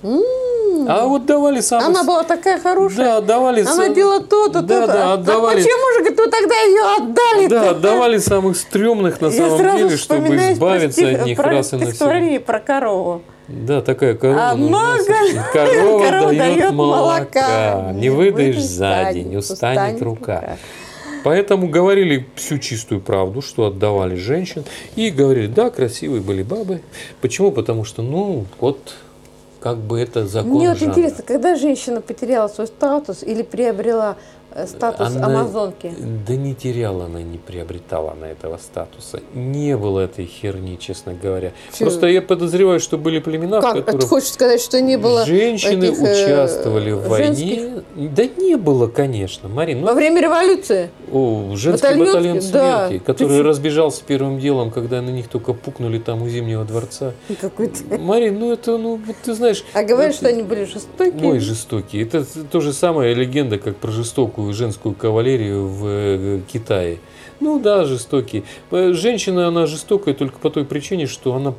А вот давали самых... Она была такая хорошая. Да, давали... Она делала то-то, да, то-то. Да, отдавали... А почему же, говорит, вы тогда ее отдали? Да, отдавали самых стрёмных на самом деле, чтобы избавиться от них раз и навсегда. Стихотворение про корову. Да, такая корова. А много корова дает молока. Не выдаешь за день, устанет рука. Поэтому говорили всю чистую правду, что отдавали женщин. И говорили, да, красивые были бабы. Почему? Потому что, ну, вот... Как бы это закон Мне вот жанра. интересно, когда женщина потеряла свой статус или приобрела статус амазонки? Да не теряла она, не приобретала она этого статуса. Не было этой херни, честно говоря. Чего? Просто я подозреваю, что были племена, Как? в которых Ты хочешь сказать, что не было женщины этих, участвовали в войне? женских? Да не было, конечно, Марин. Во время революции? Женский батальон да. смерти, который разбежался первым делом, когда на них только пукнули там у Зимнего дворца. Какой-то. Марин, ну это, ну вот ты знаешь... А говорят, что они были жестокие? Ой, жестокие. Это то же самое легенда, как про жестокую женскую кавалерию в Китае. Ну да, жестокие. Женщина, она жестокая только по той причине, что она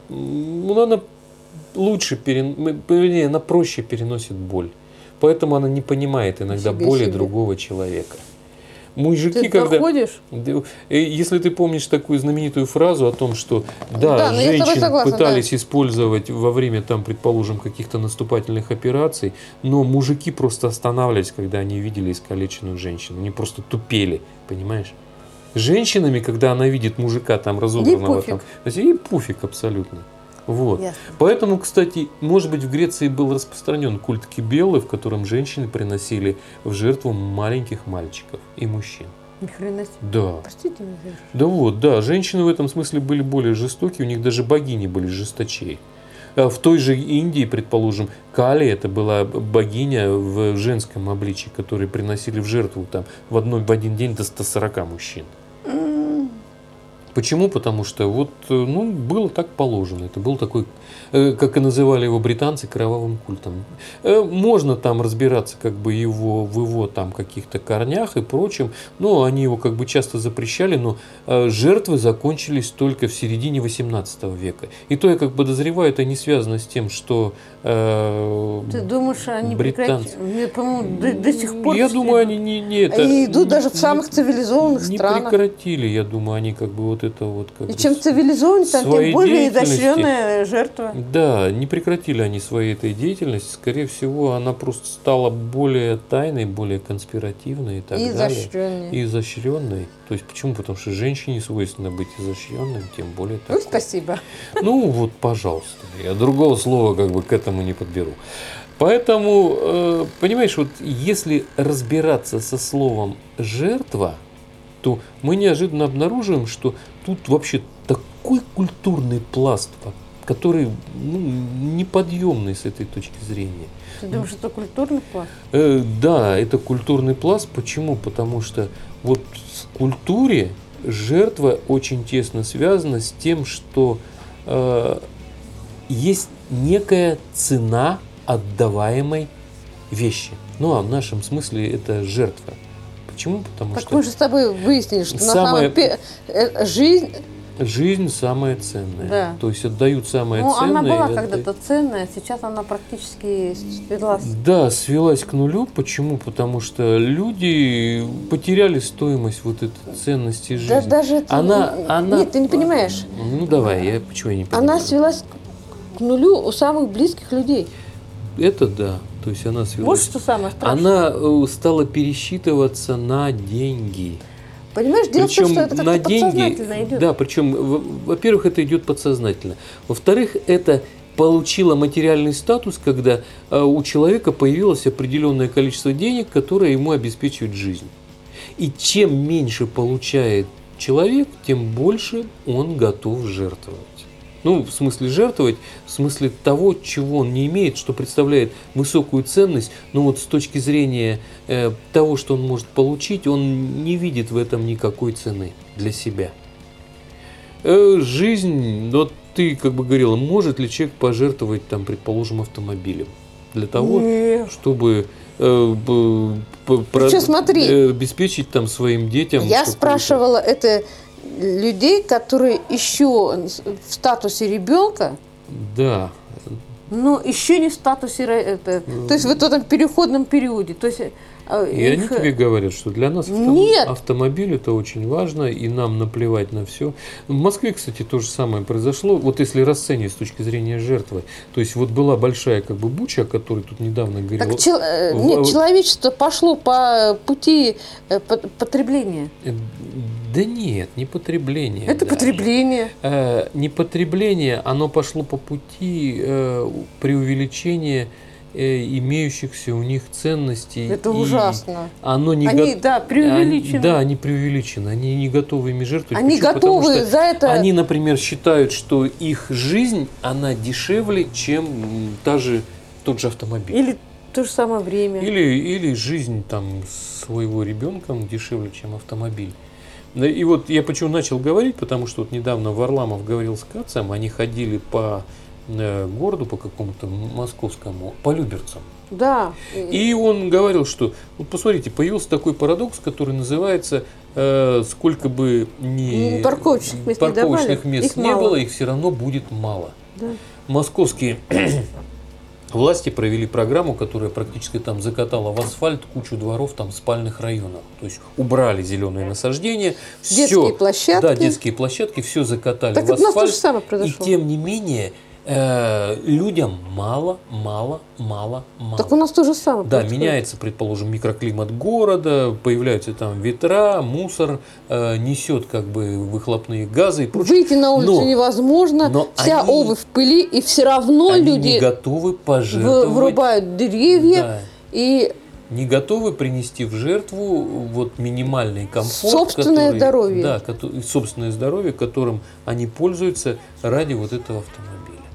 лучше, вернее, она проще переносит боль. Поэтому она не понимает иногда боли другого человека. Мужики, ты когда... доходишь? Если ты помнишь такую знаменитую фразу о том, что да, женщин пытались использовать во время, там, предположим, каких-то наступательных операций, но мужики просто останавливались, когда они видели искалеченную женщину. Они просто тупели, понимаешь? Женщинами, когда она видит мужика там разобранного, там, ей пофиг абсолютно. Вот. Ясно. Поэтому, кстати, может быть, в Греции был распространен культ Кибелы, в котором женщины приносили в жертву маленьких мальчиков и мужчин. Ни хрена себе. Да. Простите меня. Да вот, да, женщины в этом смысле были более жестокие, у них даже богини были жесточей. А в той же Индии, предположим, Кали, это была богиня в женском обличии, которые приносили в жертву там в один день до 140 мужчин. Почему? Потому что вот, ну, было так положено. Это был такой, как и называли его британцы, кровавым культом. Можно там разбираться как бы в его там каких-то корнях и прочем, но они его как бы часто запрещали, но жертвы закончились только в середине 18 века. И то я как бы подозреваю, это не связано с тем, что Ты думаешь, они британцы... прекратили? По-моему, до сих пор... Я думаю, они не это... Они идут даже в самых цивилизованных не странах. прекратили, я думаю, они как бы вот это вот... Как И бы чем цивилизованнее, тем более деятельности. изощренная жертва. Да, не прекратили они своей этой деятельности. Скорее всего, она просто стала более тайной, более конспиративной и так И далее. изощренней. И изощренной. То есть почему? Потому что женщине свойственно быть изощренным, тем более Ну, так. спасибо. Ну вот, пожалуйста. Я другого слова как бы к этому не подберу. Поэтому, понимаешь, вот если разбираться со словом «жертва», то мы неожиданно обнаруживаем, что тут вообще такой культурный пласт, который неподъемный с этой точки зрения. Ты думаешь, это культурный план? Да, это культурный пласт. Почему? Потому что вот в культуре жертва очень тесно связана с тем, что есть некая цена отдаваемой вещи. Ну, а в нашем смысле это жертва. Почему? Потому Так что мы же с тобой выяснили, что самое- на самом деле жизнь, жизнь самая ценная. Да. То есть отдают самое ну, ценное. она была и когда-то ценная, сейчас она практически свелась. Да, свелась к нулю. Почему? Потому что люди потеряли стоимость вот этой ценности жизни. Да, даже это- Она... Нет, ты не понимаешь. Ну давай, почему я не понимаю? Она свелась к нулю у самых близких людей. Это да. То есть она свелась. Вот что самое страшное. Она стала пересчитываться на деньги. Понимаешь, дело в том, Причем что это на как-то деньги, подсознательно идет. да, причем, во-первых, это идет подсознательно. Во-вторых, это получило материальный статус, когда у человека появилось определенное количество денег, которое ему обеспечивает жизнь. И чем меньше получает человек, тем больше он готов жертвовать. Ну, в смысле жертвовать, в смысле того, чего он не имеет, что представляет высокую ценность, но вот с точки зрения того, что он может получить, он не видит в этом никакой цены для себя. Жизнь, вот ты как бы говорила, может ли человек пожертвовать, там, предположим, автомобилем для того, Нет. чтобы смотри. обеспечить там своим детям. Я какую-то- спрашивала это людей, которые еще в статусе ребенка, Да. но еще не в статусе, то есть в этом переходном периоде. То есть И они тебе говорят, что для нас Нет. автомобиль это очень важно, и нам наплевать на все. В Москве, кстати, то же самое произошло. Вот если расценивать с точки зрения жертвы, то есть вот была большая как бы буча, о которой тут недавно говорил. Так нет, человечество пошло по пути потребления. Да нет, не потребление. Это даже. потребление. Не потребление, оно пошло по пути преувеличения имеющихся у них ценностей. Это и ужасно. Оно не Они, да, преувеличены. Да, они преувеличены. Они не готовы ими жертвовать. Они Почему? Потому готовы что за это... Они, например, считают, что их жизнь, она дешевле, чем тот же автомобиль. Или то же самое время. Или жизнь там своего ребенка дешевле, чем автомобиль. Да, и вот я почему начал говорить, потому что вот недавно Варламов говорил с Кацем, они ходили по городу, по какому-то московскому, по Люберцам. Да. И он говорил, что, вот посмотрите, появился такой парадокс, который называется, сколько бы ни парковочных мест мест не не давали, было, их все равно будет мало. Да. Московские власти провели программу, которая практически там закатала в асфальт кучу дворов там спальных районов. То есть убрали зеленые насаждения. Детские площадки. Да, детские площадки, все закатали Так в это у нас то асфальт. же самое И произошло. тем не менее, людям мало. Так у нас то же самое Да, происходит. меняется, предположим, микроклимат города, появляются там ветра, мусор, несет как бы выхлопные газы и прочее. Выйти на улицу Но невозможно, вся они- обувь в пыли, и все равно Они люди не готовы пожертвовать. вырубают деревья Да. и Не готовы принести в жертву вот минимальный комфорт, Собственное здоровье. собственное здоровье, которым они пользуются ради вот этого автомобиля.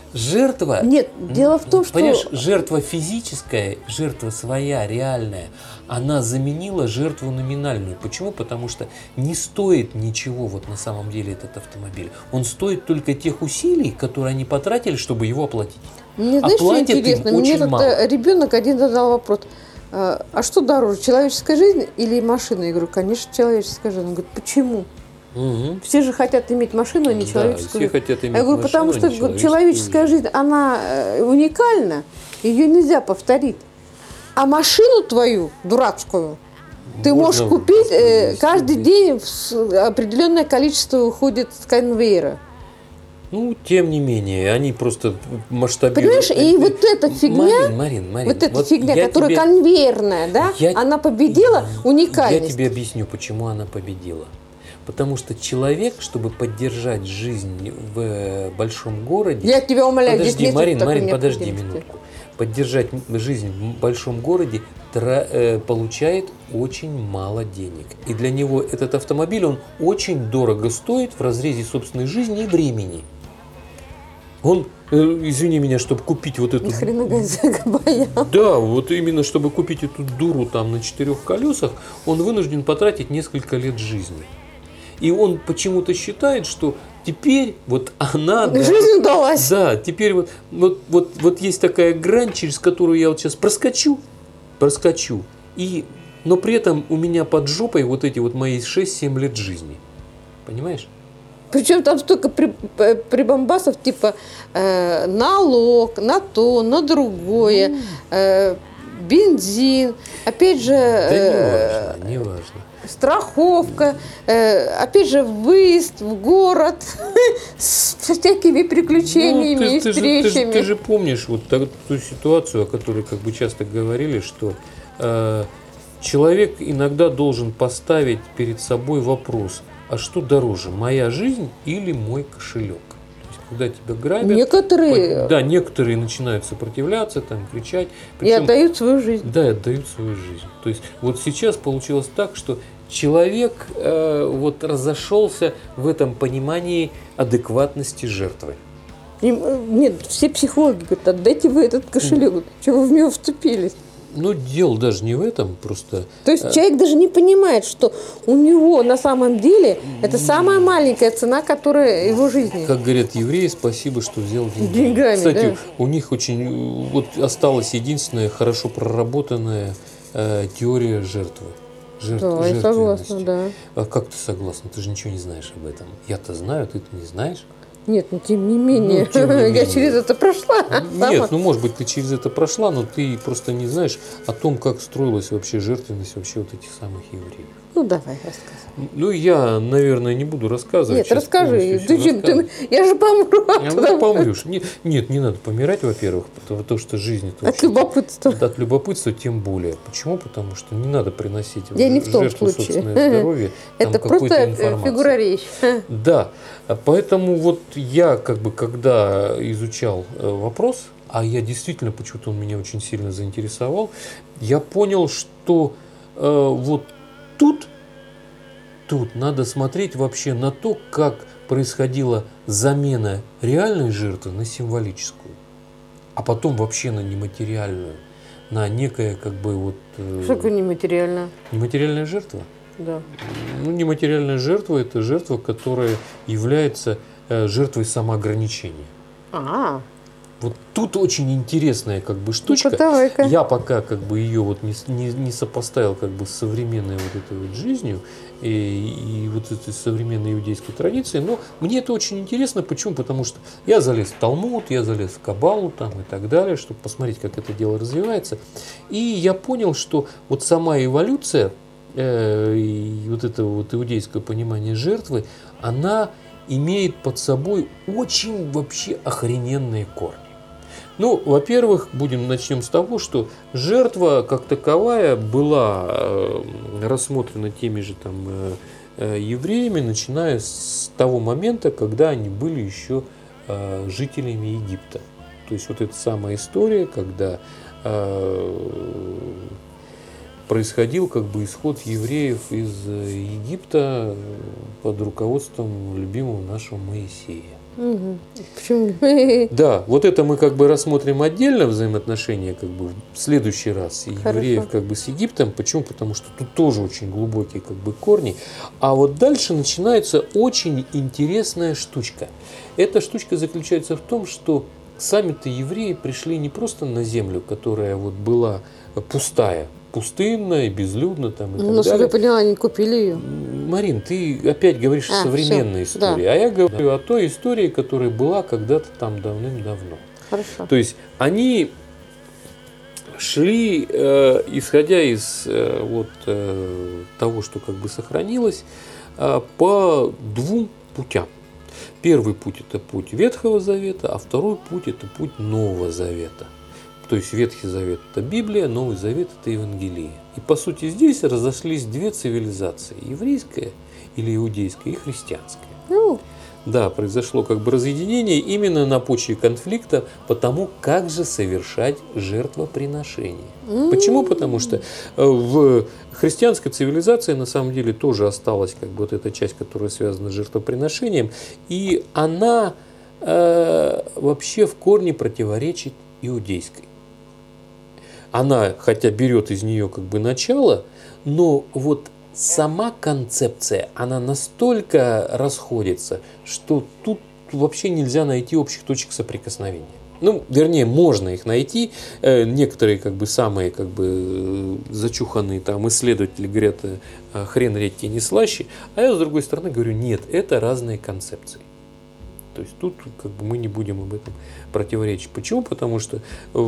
жертва... Нет, дело в том, что... Понимаешь, жертва физическая, жертва своя, реальная, она заменила жертву номинальную. Почему? Потому что не стоит ничего вот на самом деле этот автомобиль. Он стоит только тех усилий, которые они потратили, чтобы его оплатить. Мне, знаешь, что интересно? Мне ребенок один задал вопрос. А что дороже, человеческая жизнь или машина? Я говорю, конечно, человеческая жизнь. Он говорит, почему? Угу. Все же хотят иметь машину, а не человеческую жизнь. Все хотят иметь Я говорю, машину, потому что человеческая жизнь, она уникальна, ее нельзя повторить. А машину твою, дурацкую, ты можешь купить каждый день, определенное количество уходит с конвейера. Ну, тем не менее, они просто масштабируют. Понимаешь, и вот эта фигня, Марин, вот эта фигня, которая конвейерная, да, она победила уникальность. Я тебе объясню, почему она победила. Потому что человек, чтобы поддержать жизнь в большом городе... Я тебя умоляю, подожди, Марин, подожди минутку. Поддержать жизнь в большом городе получает очень мало денег. И для него этот автомобиль, он очень дорого стоит в разрезе собственной жизни и времени. Он, извини меня, чтобы купить вот эту... Ни хрена боялся. Да, вот именно чтобы купить эту дуру там на 4 колесах, он вынужден потратить несколько лет жизни. И он почему-то считает, что теперь вот она... Жизнь удалась. Да, теперь вот есть такая грань, через которую я вот сейчас проскочу, но при этом у меня под жопой вот эти вот мои 6-7 лет жизни. Понимаешь? Причем там столько прибамбасов, типа налог на то, на другое, бензин, опять же... Да не важно. Страховка, опять же, выезд в город с всякими приключениями и встречами. Ты же помнишь вот ту ситуацию, о которой как бы часто говорили, что человек иногда должен поставить перед собой вопрос, а что дороже, моя жизнь или мой кошелек? Когда тебя грабят, некоторые начинают сопротивляться, там, кричать. И отдают свою жизнь. Да, отдают свою жизнь. То есть вот сейчас получилось так, что человек вот разошелся в этом понимании адекватности жертвы. Нет, все психологи говорят, отдайте вы этот кошелек, чего вы в него вступились. Ну, дело даже не в этом, просто... То есть человек даже не понимает, что у него на самом деле это самая маленькая цена, которая его жизни. Как говорят евреи, спасибо, что взял деньгами. Кстати, да. У них очень... Вот осталась единственная хорошо проработанная теория жертвы. Да, я согласна, да. А как ты согласна? Ты же ничего не знаешь об этом. Я-то знаю, ты-то не знаешь. Нет, но тем не менее, я через это прошла. Нет, может быть, ты через это прошла, но ты просто не знаешь о том, как строилась вообще жертвенность вообще вот этих самых евреев. Ну, давай, рассказывай. Ну, я, наверное, не буду рассказывать. Нет, расскажи. Я же помру. Ну, помрешь. Нет, не надо помирать, во-первых, потому что жизнь... От любопытства. От любопытства тем более. Почему? Потому что не надо приносить в жертву случае. собственное здоровье. Это просто фигура речи. Да, поэтому вот я, как бы, когда изучал вопрос, а я действительно, почему-то он меня очень сильно заинтересовал, я понял, что вот тут надо смотреть вообще на то, как происходила замена реальной жертвы на символическую, а потом вообще на нематериальную, на некое как бы вот... Что такое нематериальная? Нематериальная жертва? Да. Ну, нематериальная жертва – это жертва, которая является жертвой самоограничения. Вот тут очень интересная как бы штучка. Ну-ка, я пока как бы ее вот не сопоставил как бы с современной вот этой вот жизнью и вот этой современной иудейской традицией, но мне это очень интересно. Почему? Потому что я залез в Талмуд, я залез в Кабалу там и так далее, чтобы посмотреть, как это дело развивается. И я понял, что вот сама эволюция и вот это вот иудейское понимание жертвы, она имеет под собой очень вообще охрененные корни. Ну, во-первых, начнем с того, что жертва как таковая была рассмотрена теми же там евреями, начиная с того момента, когда они были еще жителями Египта. То есть вот эта самая история, когда происходил как бы исход евреев из Египта под руководством любимого нашего Моисея. Угу. Почему? Да, вот это мы как бы рассмотрим отдельно взаимоотношения как бы в следующий раз евреев как бы с Египтом. Почему? Потому что тут тоже очень глубокие как бы корни. А вот дальше начинается очень интересная штучка. Эта штучка заключается в том, что сами-то евреи пришли не просто на землю, которая вот была пустая, пустынная, безлюдно там и так далее. Чтобы я поняла, они купили ее. Марин, ты опять говоришь о современной истории, да. А я говорю о той истории, которая была когда-то там давным-давно. Хорошо. То есть они шли, исходя из того, что как бы сохранилось, по двум путям. Первый путь – это путь Ветхого Завета, а второй путь – это путь Нового Завета. То есть Ветхий Завет – это Библия, Новый Завет – это Евангелие. И по сути здесь разошлись две цивилизации – еврейская или иудейская и христианская. Да, произошло как бы разъединение именно на почве конфликта по тому, как же совершать жертвоприношение. Почему? Потому что в христианской цивилизации на самом деле тоже осталась как бы вот эта часть, которая связана с жертвоприношением, и она вообще в корне противоречит иудейской. Она, хотя берет из нее как бы начало, но вот сама концепция, она настолько расходится, что тут вообще нельзя найти общих точек соприкосновения. Ну, вернее, можно их найти. Некоторые как бы самые как бы зачуханные там исследователи говорят, хрен редкий не слаще, а я с другой стороны говорю, нет, это разные концепции. То есть тут как бы мы не будем об этом противоречить. Почему? Потому что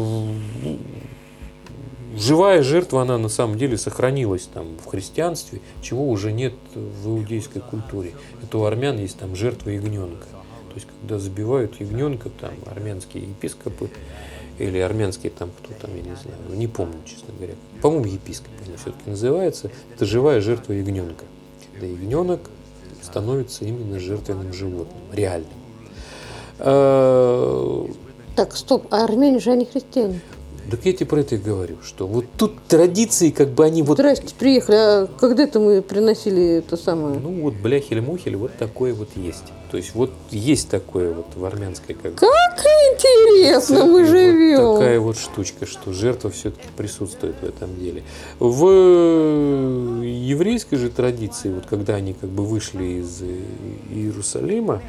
живая жертва, она на самом деле сохранилась там в христианстве, чего уже нет в иудейской культуре. Это у армян есть там жертва ягненка. То есть когда забивают ягненка, там армянские епископы или армянские там кто там, я не знаю, не помню, честно говоря. По-моему, епископ они все-таки называется. Это живая жертва ягненка. Когда ягненок становится именно жертвенным животным, реальным. Так, стоп, а армяне же они христиане. Так я тебе про это и говорю, что вот тут традиции, как бы они вот... Здрасте, приехали, а когда-то мы приносили то самое? Ну вот бляхель-мухель, вот такое вот есть. То есть вот есть такое вот в армянской как бы... Как интересно мы живем! Вот такая вот штучка, что жертва все-таки присутствует в этом деле. В еврейской же традиции, вот когда они как бы вышли из Иерусалима,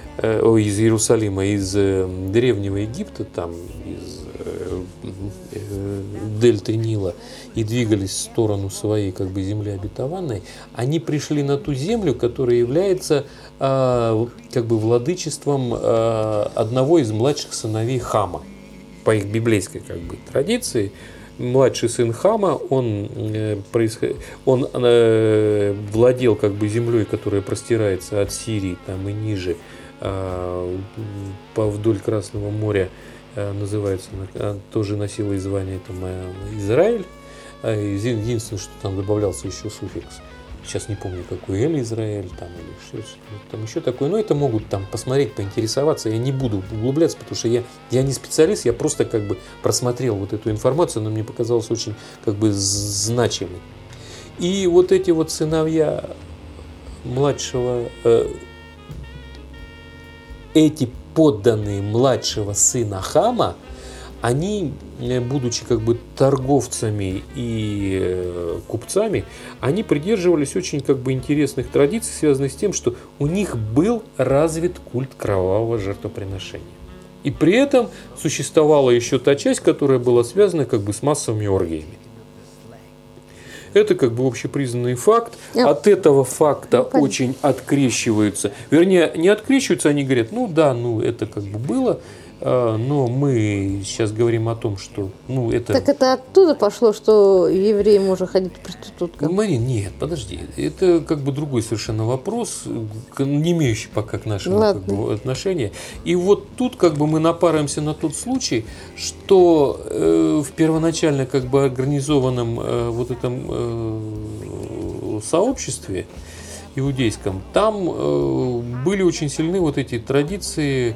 из древнего Египта, там, из дельты Нила, и двигались в сторону своей как бы земли обетованной, они пришли на ту землю, которая является как бы владычеством одного из младших сыновей Хама. По их библейской как бы традиции, младший сын Хама, он владел как бы землей, которая простирается от Сирии там и ниже, вдоль Красного моря, называется, тоже носила звание там Израиль. Единственное, что там добавлялся еще суффикс. Сейчас не помню, какой, Эль-Израиль там или что там еще такое. Но это могут там посмотреть, поинтересоваться. Я не буду углубляться, потому что я не специалист, я просто как бы просмотрел вот эту информацию, но мне показалось очень как бы значимой. И вот эти вот сыновья младшего, эти подданные младшего сына Хама, они, будучи как бы торговцами и купцами, они придерживались очень как бы интересных традиций, связанных с тем, что у них был развит культ кровавого жертвоприношения. И при этом существовала еще та часть, которая была связана как бы с массовыми оргиями. Это как бы общепризнанный факт. От этого факта очень открещиваются. Вернее, не открещиваются, они говорят, ну да, ну это как бы было, но мы сейчас говорим о том, что это... Так это оттуда пошло, что евреи можно ходить к проституткам? Марин, нет, подожди. Это как бы другой совершенно вопрос, не имеющий пока к нашему как бы отношения. И вот тут как бы мы напараемся на тот случай, что в первоначально как бы организованном вот этом сообществе иудейском, там были очень сильны вот эти традиции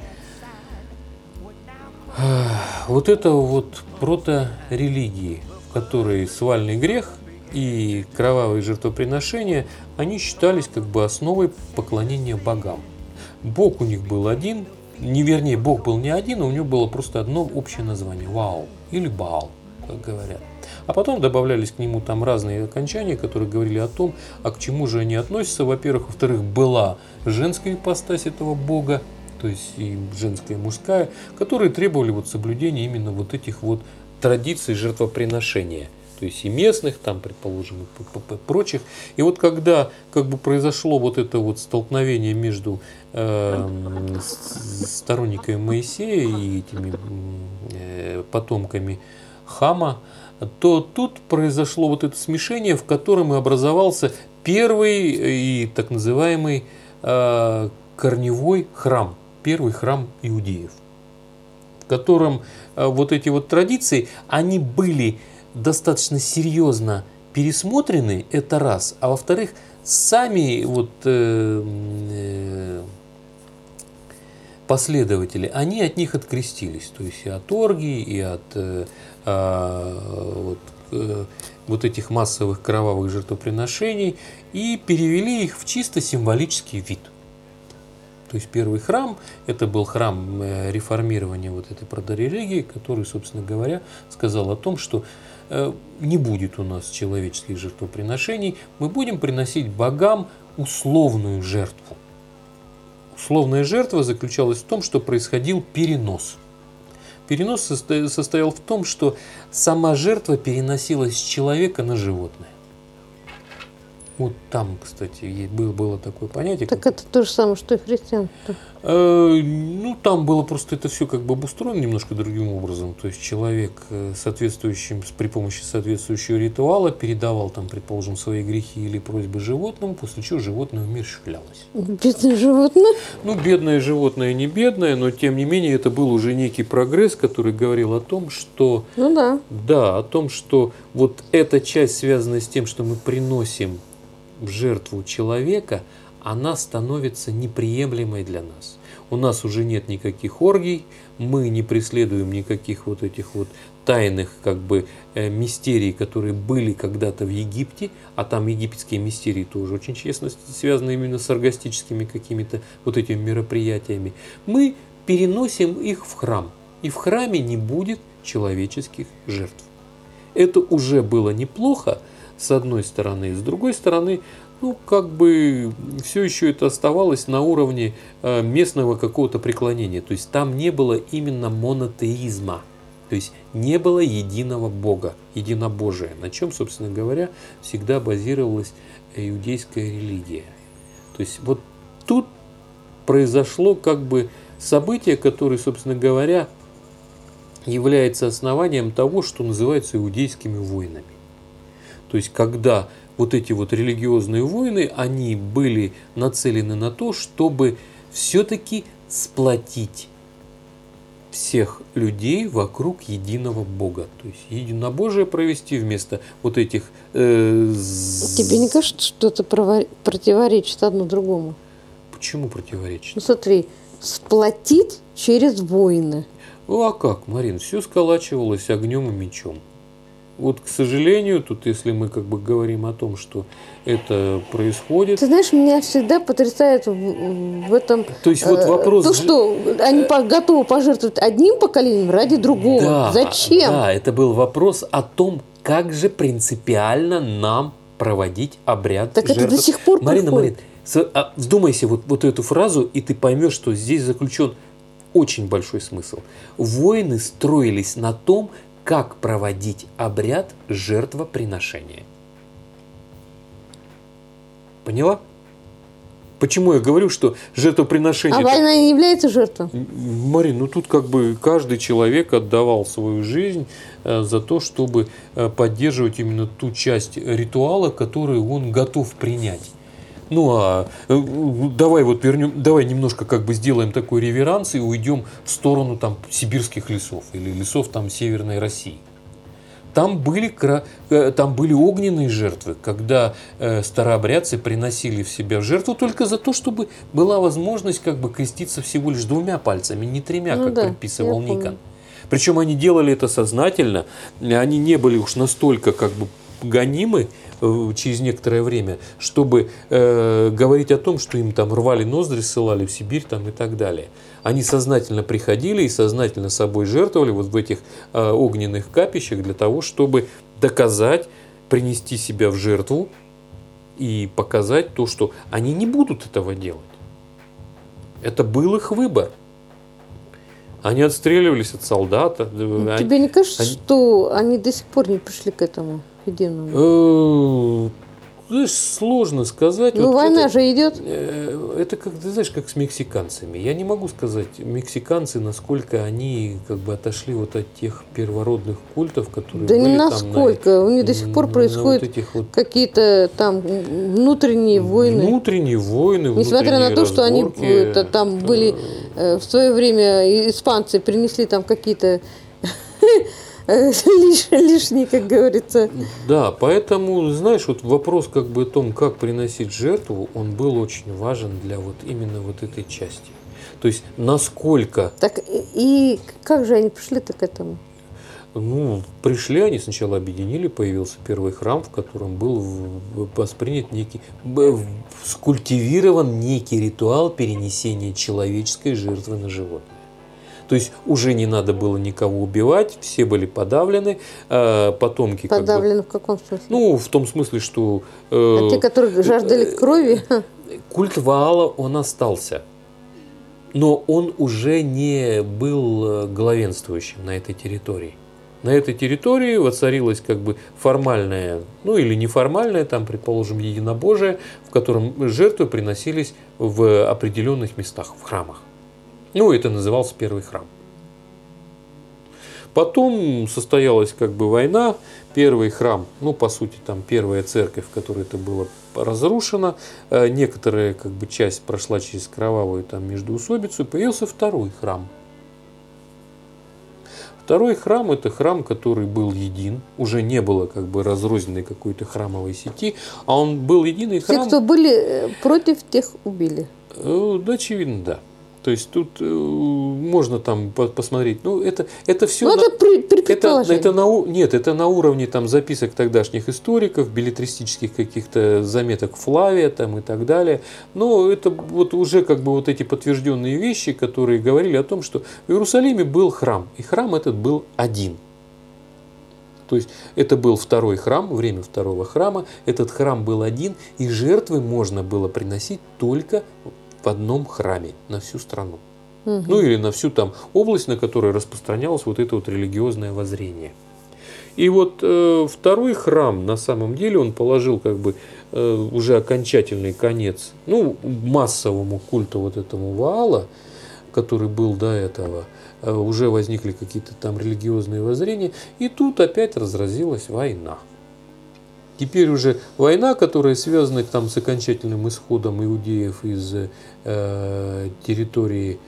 вот этого вот прото-религии, в которой свальный грех и кровавые жертвоприношения, они считались как бы основой поклонения богам. Бог у них был один, вернее, Бог был не один, а у него было просто одно общее название – Вау или Баал, как говорят. А потом добавлялись к нему там разные окончания, которые говорили о том, а к чему же они относятся. Во-первых, во-вторых, была женская ипостась этого бога, то есть и женская, и мужская, которые требовали вот соблюдения именно вот этих вот традиций жертвоприношения. То есть и местных, там, предположим, и прочих. И вот когда как бы произошло вот это вот столкновение между сторонниками Моисея и этими потомками Хама, то тут произошло вот это смешение, в котором и образовался первый и так называемый корневой храм, первый храм иудеев, в котором вот эти вот традиции, они были достаточно серьезно пересмотрены, это раз, а во-вторых, сами вот последователи, они от них открестились, то есть и от оргий, и от вот этих массовых кровавых жертвоприношений, и перевели их в чисто символический вид. То есть первый храм, это был храм реформирования вот этой продорелигии, который, собственно говоря, сказал о том, что не будет у нас человеческих жертвоприношений, мы будем приносить богам условную жертву. Условная жертва заключалась в том, что происходил перенос. Перенос состоял в том, что сама жертва переносилась с человека на животное. Вот там, кстати, было такое понятие. Так это то же самое, что и христианство. Ну, там было просто это все как бы обустроено немножко другим образом. То есть человек при помощи соответствующего ритуала передавал там, предположим, свои грехи или просьбы животному, после чего животное умерщвлялось. Бедное животное? Ну, бедное животное не бедное, но тем не менее это был уже некий прогресс, который говорил о том, что... Ну да. Да, о том, что вот эта часть, связанная с тем, что мы приносим в жертву человека, она становится неприемлемой для нас. У нас уже нет никаких оргий, мы не преследуем никаких вот этих вот тайных как бы мистерий, которые были когда-то в Египте, а там египетские мистерии тоже очень честно связаны именно с оргастическими какими-то вот этими мероприятиями. Мы переносим их в храм, и в храме не будет человеческих жертв. Это уже было неплохо, с одной стороны, и с другой стороны, ну, как бы все еще это оставалось на уровне местного какого-то преклонения. То есть там не было именно монотеизма. То есть не было единого Бога, единобожия, на чем, собственно говоря, всегда базировалась иудейская религия. То есть вот тут произошло как бы событие, которое, собственно говоря, является основанием того, что называется иудейскими войнами. То есть, когда вот эти вот религиозные войны, они были нацелены на то, чтобы все-таки сплотить всех людей вокруг единого Бога. То есть, единобожие провести вместо вот этих... Тебе не кажется, что это противоречит одно другому? Почему противоречит? Ну смотри, сплотить через войны. Ну а как, Марин, все сколачивалось огнем и мечом. Вот, к сожалению, тут, если мы как бы говорим о том, что это происходит... Ты знаешь, меня всегда потрясает в этом... То есть вот вопрос... То, что они готовы пожертвовать одним поколением ради другого. Да, зачем? Да, это был вопрос о том, как же принципиально нам проводить обряд так жертв. Это до сих пор Марина, происходит. вздумайся вот эту фразу, и ты поймешь, что здесь заключен очень большой смысл. Войны строились на том, как проводить обряд жертвоприношения. Поняла? Почему я говорю, что жертвоприношение... А война не является жертвой? Марин, ну тут как бы каждый человек отдавал свою жизнь за то, чтобы поддерживать именно ту часть ритуала, которую он готов принять. Ну а давай немножко как бы сделаем такой реверанс и уйдем в сторону там сибирских лесов или лесов там Северной России. Там были огненные жертвы, когда старообрядцы приносили в себя в жертву только за то, чтобы была возможность как бы креститься всего лишь 2 пальцами, не 3, как предписывал Никон. Причем они делали это сознательно, они не были уж настолько как бы гонимы через некоторое время, чтобы говорить о том, что им там рвали ноздри, ссылали в Сибирь там, и так далее. Они сознательно приходили и сознательно собой жертвовали вот в этих огненных капищах для того, чтобы доказать, принести себя в жертву и показать то, что они не будут этого делать. Это был их выбор. Они отстреливались от солдата. Тебе не кажется, что они до сих пор не пришли к этому единому? Знаешь, сложно сказать. Ну, вот война это, же идет. Это как, ты знаешь, как с мексиканцами. Я не могу сказать, мексиканцы, насколько они как бы отошли вот от тех первородных культов, которые да были не там насколько. У них до сих пор происходят какие-то там внутренние войны. Внутренние войны, несмотря на то, что они там были в свое время, испанцы принесли там какие-то лишние, как говорится. Да, поэтому, знаешь, вот вопрос как бы о том, как приносить жертву, он был очень важен для вот именно вот этой части. То есть, насколько... Так и как же они пришли-то к этому? Ну, пришли они, сначала объединили, появился первый храм, в котором был воспринят некий, скультивирован некий ритуал перенесения человеческой жертвы на животное. То есть уже не надо было никого убивать, все были подавлены, потомки... Подавлены в каком смысле? Ну, в том смысле, что... те, которые жаждали крови? Культ Ваала, он остался. Но он уже не был главенствующим на этой территории. На этой территории воцарилось как бы формальное, ну или неформальное, там, предположим, единобожие, в котором жертвы приносились в определенных местах, в храмах. Ну, это назывался первый храм. Потом состоялась как бы война, первый храм, ну, по сути, там первая церковь, в которой это было разрушено, некоторая как бы часть прошла через кровавую там междоусобицу, и появился второй храм. Второй храм – это храм, который был един, уже не было как бы разрозненной какой-то храмовой сети, а он был единый храм. Те, кто были против, тех убили? Да, очевидно, да. То есть тут можно там посмотреть. Ну, это все. Ну, это на уровне там записок тогдашних историков, беллетристических каких-то заметок Флавия там и так далее. Но это вот уже как бы вот эти подтвержденные вещи, которые говорили о том, что в Иерусалиме был храм, и храм этот был один. То есть это был второй храм, время второго храма. Этот храм был один, и жертвы можно было приносить только в одном храме на всю страну. Угу. Ну или на всю там область, на которой распространялось вот это вот религиозное воззрение. И вот второй храм, на самом деле, он положил как бы уже окончательный конец, ну, массовому культу вот этому Ваала, который был до этого. Уже возникли какие-то там религиозные воззрения, и тут опять разразилась война. Теперь уже война, которая связана там с окончательным исходом иудеев из территории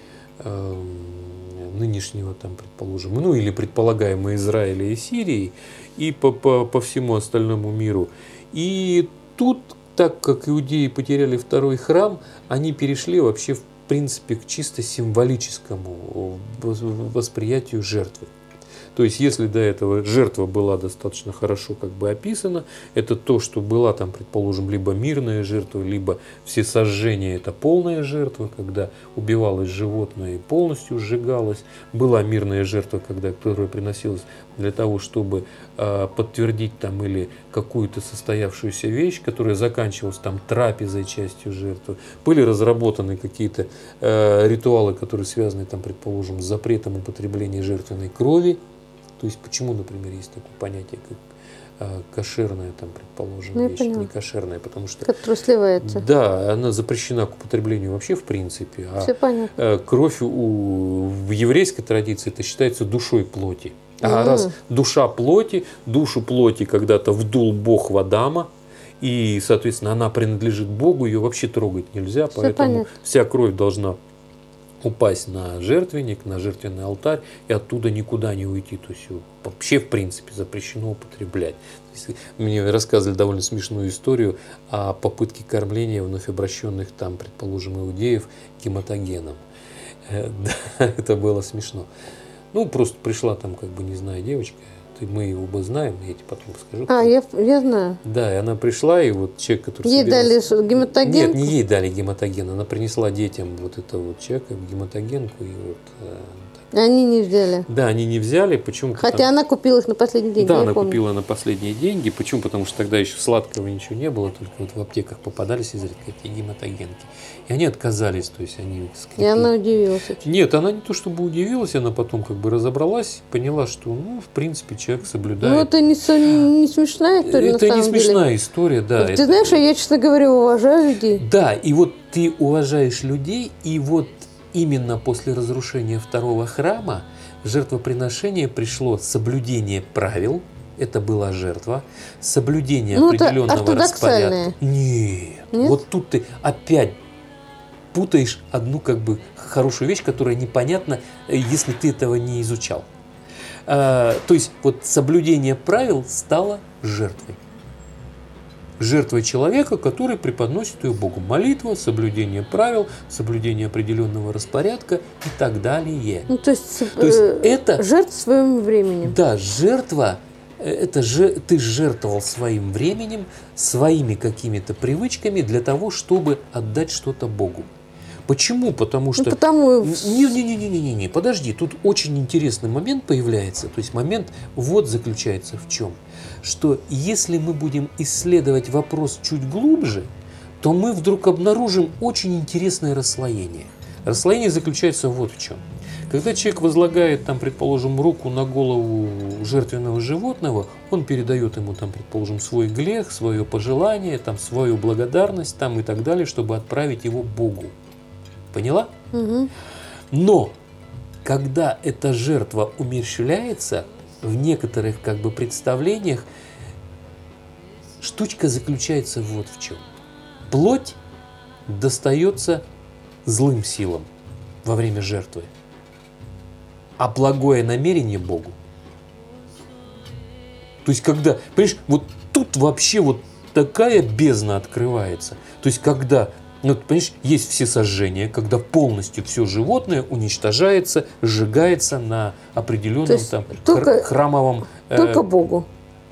нынешнего, там, предположим, ну или предполагаемого Израиля и Сирии, и по всему остальному миру. И тут, так как иудеи потеряли второй храм, они перешли вообще в принципе к чисто символическому восприятию жертвы. То есть, если до этого жертва была достаточно хорошо как бы описана, это то, что была там, предположим, либо мирная жертва, либо всесожжение – это полная жертва, когда убивалось животное и полностью сжигалось. Была мирная жертва, которая приносилась для того, чтобы подтвердить там или какую-то состоявшуюся вещь, которая заканчивалась там трапезой, частью жертвы. Были разработаны какие-то ритуалы, которые связаны там, предположим, с запретом употребления жертвенной крови. То есть, почему, например, есть такое понятие, как кошерная, там, предположим, вещь, не кошерная, потому что... Которая сливается. Да, она запрещена к употреблению вообще в принципе. Все понятно. Кровь в еврейской традиции это считается душой плоти. А раз душа плоти, душу плоти когда-то вдул Бог в Адама, и, соответственно, она принадлежит Богу, ее вообще трогать нельзя, все поэтому понятно. Вся кровь должна упасть на жертвенник, на жертвенный алтарь, и оттуда никуда не уйти. То есть вообще, в принципе, запрещено употреблять. Мне рассказывали довольно смешную историю о попытке кормления вновь обращенных, там, предположим, иудеев гематогеном. Да, это было смешно. Ну, просто пришла там, как бы, не знаю, девочка, мы его оба знаем, я тебе потом расскажу. Я знаю. Да, и она пришла, и вот человек, который Ей дали гематоген? Нет, не ей дали гематоген, она принесла детям вот это вот человека, гематогенку, и вот... Они не взяли. Да, они не взяли. Почему? Хотя она купила их на последние деньги. Да, она купила на последние деньги. Почему? Потому что тогда еще сладкого ничего не было, только вот в аптеках попадались изредка эти гематогенки. И они отказались, то есть они скрепили. И она удивилась. Нет, она не то чтобы удивилась, она потом как бы разобралась, поняла, что, ну, в принципе, человек соблюдает. Ну, это не смешная история, это на самом не смешная история, да. Ты знаешь, я, честно говоря, уважаю людей. Да, и вот ты уважаешь людей, и вот именно после разрушения второго храма жертвоприношение пришло соблюдение правил, это была жертва, соблюдение определенного распорядка. Нет, вот тут ты опять путаешь одну как бы хорошую вещь, которая непонятна, если ты этого не изучал. То есть вот соблюдение правил стало жертвой. Жертвой человека, который преподносит ее Богу. Молитва, соблюдение правил, соблюдение определенного распорядка и так далее. Ну, то есть это жертва своим временем. Да, жертва, это же ты жертвовал своим временем, своими какими-то привычками для того, чтобы отдать что-то Богу. Почему? Потому что... Не, подожди, тут очень интересный момент появляется. То есть момент вот заключается в чем. Что если мы будем исследовать вопрос чуть глубже, то мы вдруг обнаружим очень интересное расслоение. Расслоение заключается вот в чем. Когда человек возлагает, там, предположим, руку на голову жертвенного животного, он передает ему, там, предположим, свой грех, свое пожелание, там, свою благодарность там, и так далее, чтобы отправить его Богу. Поняла? Угу. Но когда эта жертва умерщвляется, в некоторых как бы представлениях штучка заключается вот в чем. Плоть достается злым силам во время жертвы, а благое намерение Богу. То есть когда, понимаешь, вот тут вообще вот такая бездна открывается. То есть когда... Ну, понимаешь, есть всесожжение, когда полностью все животное уничтожается, сжигается на определенном там храмовом... Только Богу.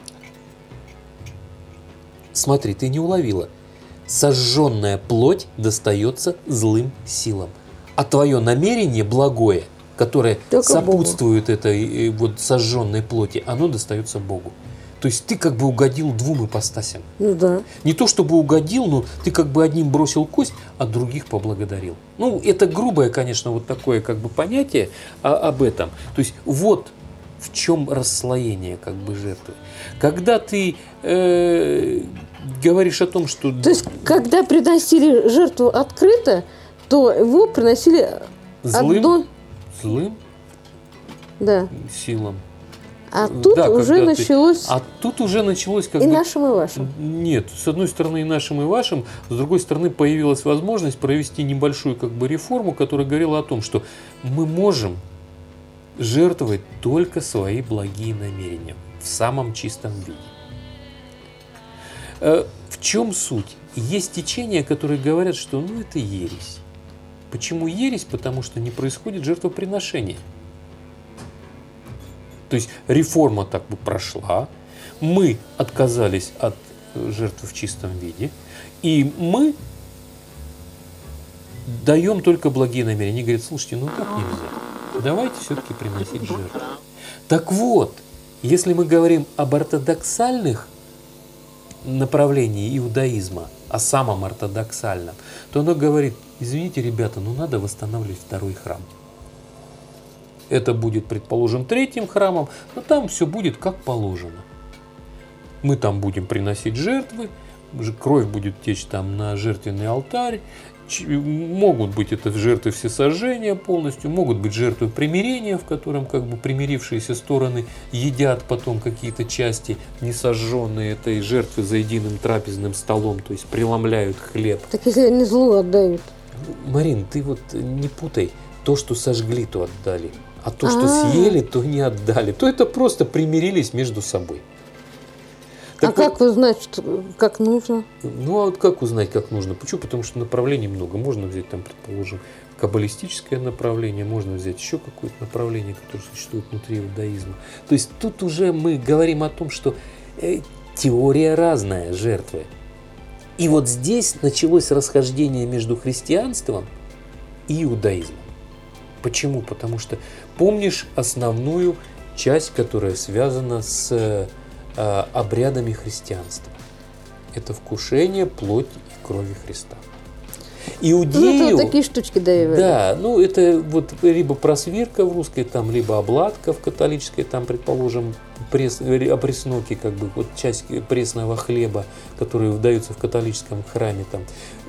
Смотри, ты не уловила. Сожженная плоть достается злым силам. А твое намерение благое, которое только сопутствует Богу. Этой вот сожженной плоти, оно достается Богу. То есть ты как бы угодил двум ипостасям. Ну да. Не то чтобы угодил, но ты как бы одним бросил кость, а других поблагодарил. Ну, это грубое, конечно, вот такое как бы понятие об этом. То есть вот в чем расслоение как бы жертвы. Когда ты говоришь о том, что... То есть когда приносили жертву открыто, то его приносили злым да. силам. А тут да, уже началось... А тут уже началось как и бы... нашим, и вашим. Нет, с одной стороны и нашим, и вашим, с другой стороны появилась возможность провести небольшую как бы реформу, которая говорила о том, что мы можем жертвовать только свои благие намерения в самом чистом виде. В чем суть? Есть течения, которые говорят, что ну это ересь. Почему ересь? Потому что не происходит жертвоприношение. То есть реформа так бы прошла, мы отказались от жертвы в чистом виде, и мы даем только благие намерения. Они говорят, слушайте, ну так нельзя, давайте все-таки приносить жертву. Так вот, если мы говорим об ортодоксальных направлениях иудаизма, о самом ортодоксальном, то оно говорит, извините, ребята, ну надо восстанавливать второй храм. Это будет, предположим, третьим храмом, но там все будет как положено. Мы там будем приносить жертвы, кровь будет течь там на жертвенный алтарь, могут быть это жертвы всесожжения полностью, могут быть жертвы примирения, в котором как бы примирившиеся стороны едят потом какие-то части несожженные этой жертвы за единым трапезным столом, то есть преломляют хлеб. Так если они злу отдают? Марин, ты вот не путай, то, что сожгли, то отдали. А то, что съели, то не отдали. То это просто примирились между собой. А как узнать, что, как нужно? Ну, а вот как узнать, как нужно? Почему? Потому что направлений много. Можно взять, там, предположим, каббалистическое направление, можно взять еще какое-то направление, которое существует внутри иудаизма. То есть тут уже мы говорим о том, что теория разная жертвы. И вот здесь началось расхождение между христианством и иудаизмом. Почему? Потому что помнишь основную часть, которая связана с обрядами христианства. Это вкушение плоти и крови Христа. Иудею, Ну, это вот такие штучки доверяют. да, ну это вот либо просвирка в русской, там, либо обладка в католической, там, предположим, опресноки, как бы, вот часть пресного хлеба, которые выдаются в католическом храме, там.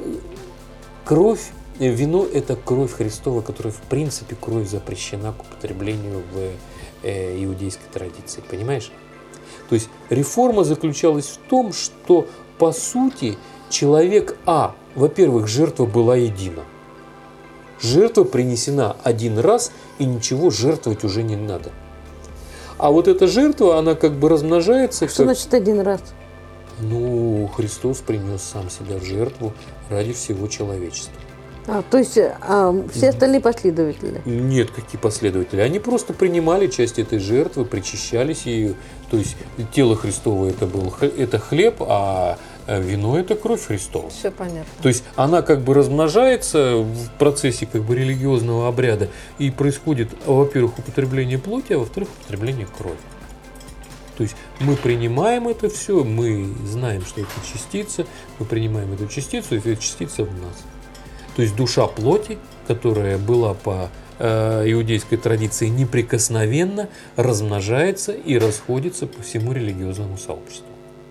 Кровь, вино – это кровь Христова, которая, в принципе, кровь запрещена к употреблению в иудейской традиции, понимаешь? То есть реформа заключалась в том, что, по сути, человек, во-первых, жертва была едина. Жертва принесена один раз, и ничего жертвовать уже не надо. А вот эта жертва, она как бы размножается. Что значит один раз? Ну, Христос принес сам себя в жертву ради всего человечества. То есть все остальные последователи? Нет, какие последователи. Они просто принимали часть этой жертвы, причащались ею. То есть тело Христово это хлеб, а вино – это кровь Христова. Все понятно. То есть она как бы размножается в процессе как бы религиозного обряда, и происходит, во-первых, употребление плоти, а во-вторых, употребление крови. То есть мы принимаем это все, мы знаем, что это частица, мы принимаем эту частицу, и эта частица в нас. То есть душа плоти, которая была по иудейской традиции неприкосновенна, размножается и расходится по всему религиозному сообществу.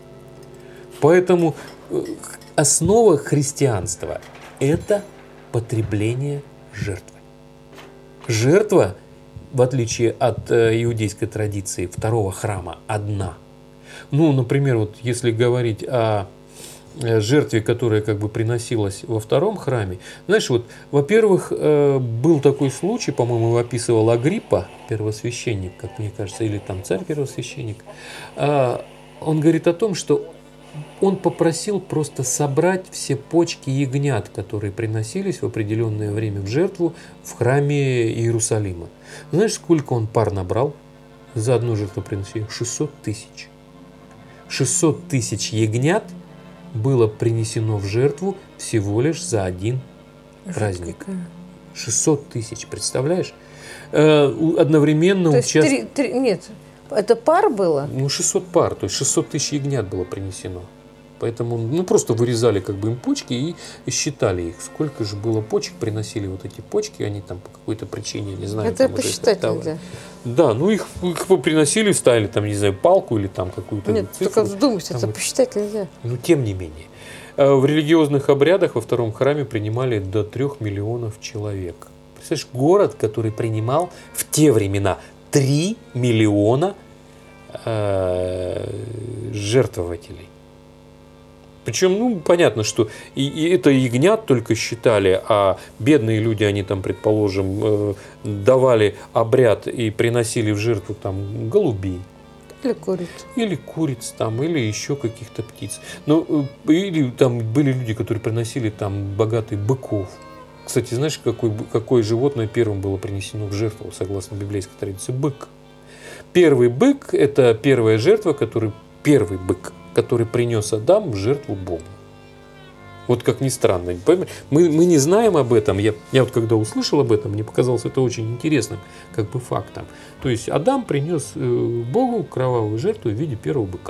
Поэтому основа христианства – это потребление жертвы. Жертва, в отличие от иудейской традиции, второго храма одна. Ну, например, вот если говорить о жертве, которая как бы приносилась во втором храме, знаешь, вот, во-первых, был такой случай, по-моему, его описывал Агриппа, первосвященник, как мне кажется, или там царь-первосвященник. Он говорит о том, что он попросил просто собрать все почки ягнят, которые приносились в определенное время в жертву в храме Иерусалима. Знаешь, сколько он пар набрал за одно жертвоприношение? 600 тысяч. 600 тысяч ягнят было принесено в жертву всего лишь за один праздник. 600 тысяч, представляешь? Одновременно участвовали. Нет, это пар было? Ну, 600 пар, то есть 600 тысяч ягнят было принесено. Поэтому, ну, просто вырезали как бы им почки и считали их. Сколько же было почек, приносили вот эти почки, они там по какой-то причине, не знаю. Это посчитать нельзя. Да, ну их приносили, ставили там, не знаю, палку или там какую-то Нет, цифру. только вдумайся, это посчитать нельзя. Но тем не менее. В религиозных обрядах во втором храме принимали до 3 миллионов человек. Представляешь, город, который принимал в те времена 3 миллиона жертвователей. Причем, ну, понятно, что и это ягнят только считали, а бедные люди, они там, предположим, давали обряд и приносили в жертву там голубей. Или куриц. Или куриц там, или еще каких-то птиц. Ну, или там были люди, которые приносили там богатых быков. Кстати, знаешь, какое животное первым было принесено в жертву, согласно библейской традиции? Бык. Первый бык – это первая жертва, первый бык, который принес Адам в жертву Богу. Вот как ни странно. Мы не знаем об этом. Я вот когда услышал об этом, мне показалось это очень интересным как бы фактом. То есть Адам принес Богу кровавую жертву в виде первого быка.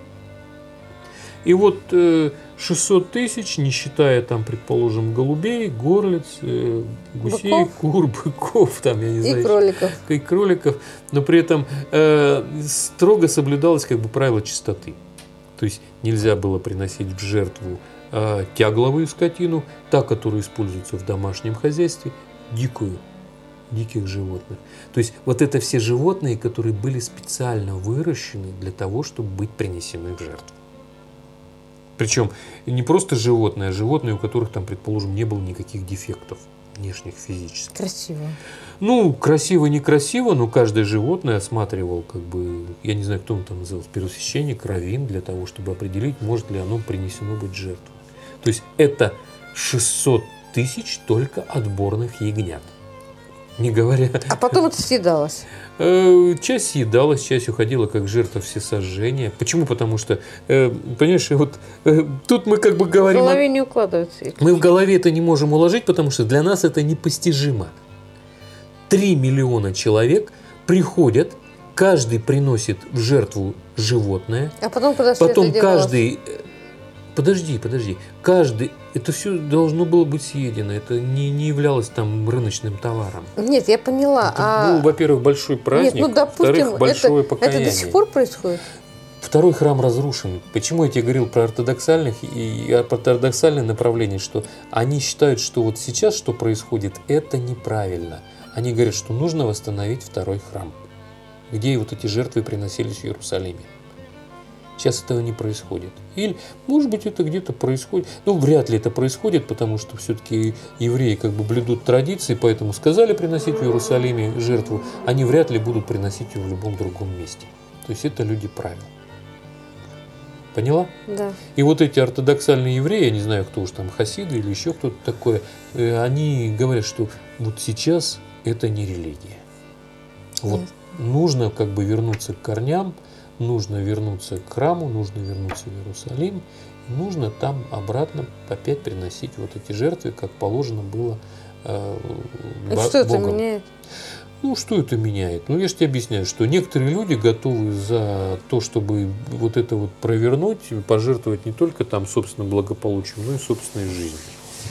И вот 600 тысяч, не считая там, предположим, голубей, горлиц, гусей, кур, быков, там, я не знаю, и кроликов, но при этом строго соблюдалось как бы правило чистоты. То есть нельзя было приносить в жертву тягловую скотину, та, которая используется в домашнем хозяйстве, диких животных. То есть вот это все животные, которые были специально выращены для того, чтобы быть принесены в жертву. Причем не просто животные, а животные, у которых там, предположим, не было никаких дефектов внешних, физических. Красиво. Ну, красиво, некрасиво, но каждое животное осматривал, как бы, я не знаю, кто он там назывался, первосвященник, раввин, для того, чтобы определить, может ли оно принесено быть в жертву. То есть это 600 тысяч только отборных ягнят. Не говоря... А потом это съедалось. Часть съедалась, часть уходила как жертва всесожжения. Почему? Потому что, понимаешь, вот тут мы как бы В говорим... голове не укладывается. Мы в голове это не можем уложить, потому что для нас это непостижимо. 3 миллиона человек приходят, каждый приносит в жертву животное. А потом, когда все Потом это делалось? каждый... Подожди. Каждый... Это все должно было быть съедено. Это не являлось там рыночным товаром. Нет, я поняла. Это был, во-первых, большой праздник, Нет, ну, допустим, во-вторых, большое это покаяние. до сих пор происходит? Второй храм разрушен. Почему я тебе говорил про ортодоксальных и ортодоксальное направление, что они считают, что вот сейчас, что происходит, это неправильно. Они говорят, что нужно восстановить второй храм, где вот эти жертвы приносились в Иерусалиме. Сейчас этого не происходит. Или, может быть, это где-то происходит. Ну, вряд ли это происходит, потому что все-таки евреи как бы блюдут традиции, поэтому сказали приносить в Иерусалиме жертву, они вряд ли будут приносить ее в любом другом месте. То есть это люди правил. Поняла? Да. И вот эти ортодоксальные евреи, я не знаю, кто уж там, хасиды или еще кто-то такое, они говорят, что вот сейчас это не религия. Вот нужно как бы вернуться к корням, нужно вернуться к храму, нужно вернуться в Иерусалим, нужно там обратно опять приносить вот эти жертвы, как положено было И что это Богом. меняет? Ну, что это меняет? Ну, я же тебе объясняю, что некоторые люди готовы за то, чтобы вот это вот провернуть, пожертвовать не только там собственным благополучием, но и собственной жизнью.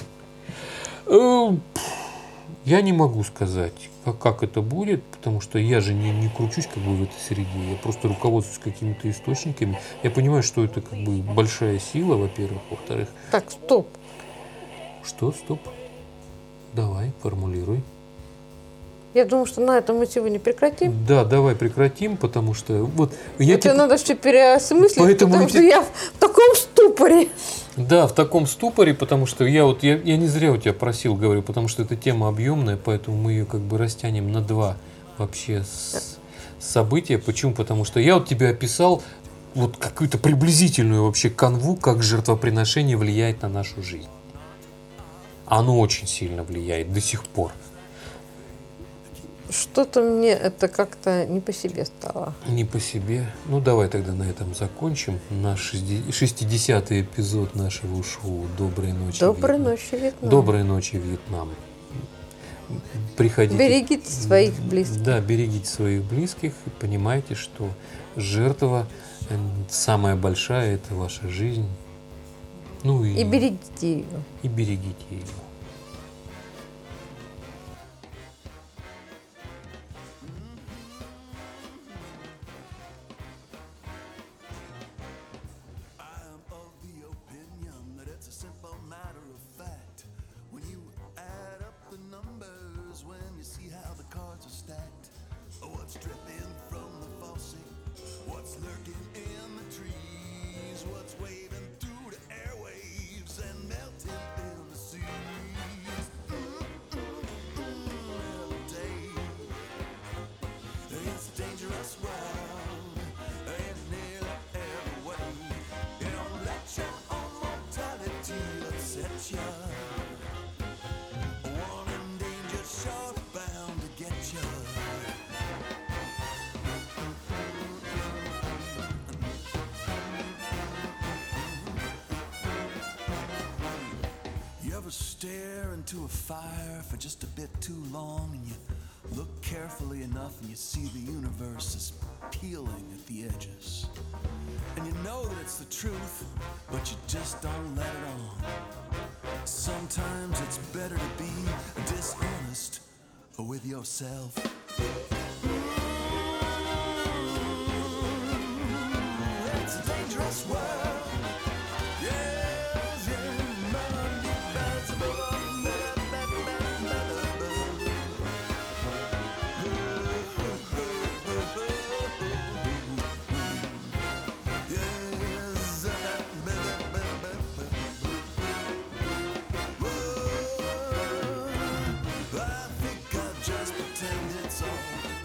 Я не могу сказать, как это будет, потому что я же не кручусь как бы в этой среде, я просто руководствуюсь какими-то источниками. Я понимаю, что это как бы большая сила, во-первых, во-вторых. Так, стоп. Что, стоп? Давай, формулируй. Я думаю, что на этом мы сегодня прекратим. Да, давай прекратим, потому что вот я Это надо все переосмыслить, Поэтому потому я что я в таком ступоре. Да, в таком ступоре, потому что я не зря у тебя просил, говорю, потому что эта тема объемная, поэтому мы ее как бы растянем на два вообще события. Почему? Потому что я вот тебе описал вот какую-то приблизительную вообще канву, как жертвоприношение влияет на нашу жизнь. Оно очень сильно влияет до сих пор. Что-то мне это как-то не по себе стало. Не по себе. Ну, давай тогда на этом закончим. Наш 60-й эпизод нашего шоу «Доброй ночи, Доброй Вьетнам». ночи, Вьетнам. Доброй ночи, Вьетнам. Приходите. Берегите своих близких. Да, берегите своих близких и понимайте, что жертва самая большая – это ваша жизнь. Ну И берегите ее. И берегите ее. Stare into a fire for just a bit too long, and you look carefully enough and you see the universe is peeling at the edges, and you know that it's the truth, but you just don't let it on. Sometimes it's better to be dishonest with yourself. It's a dangerous world. Just pretend world.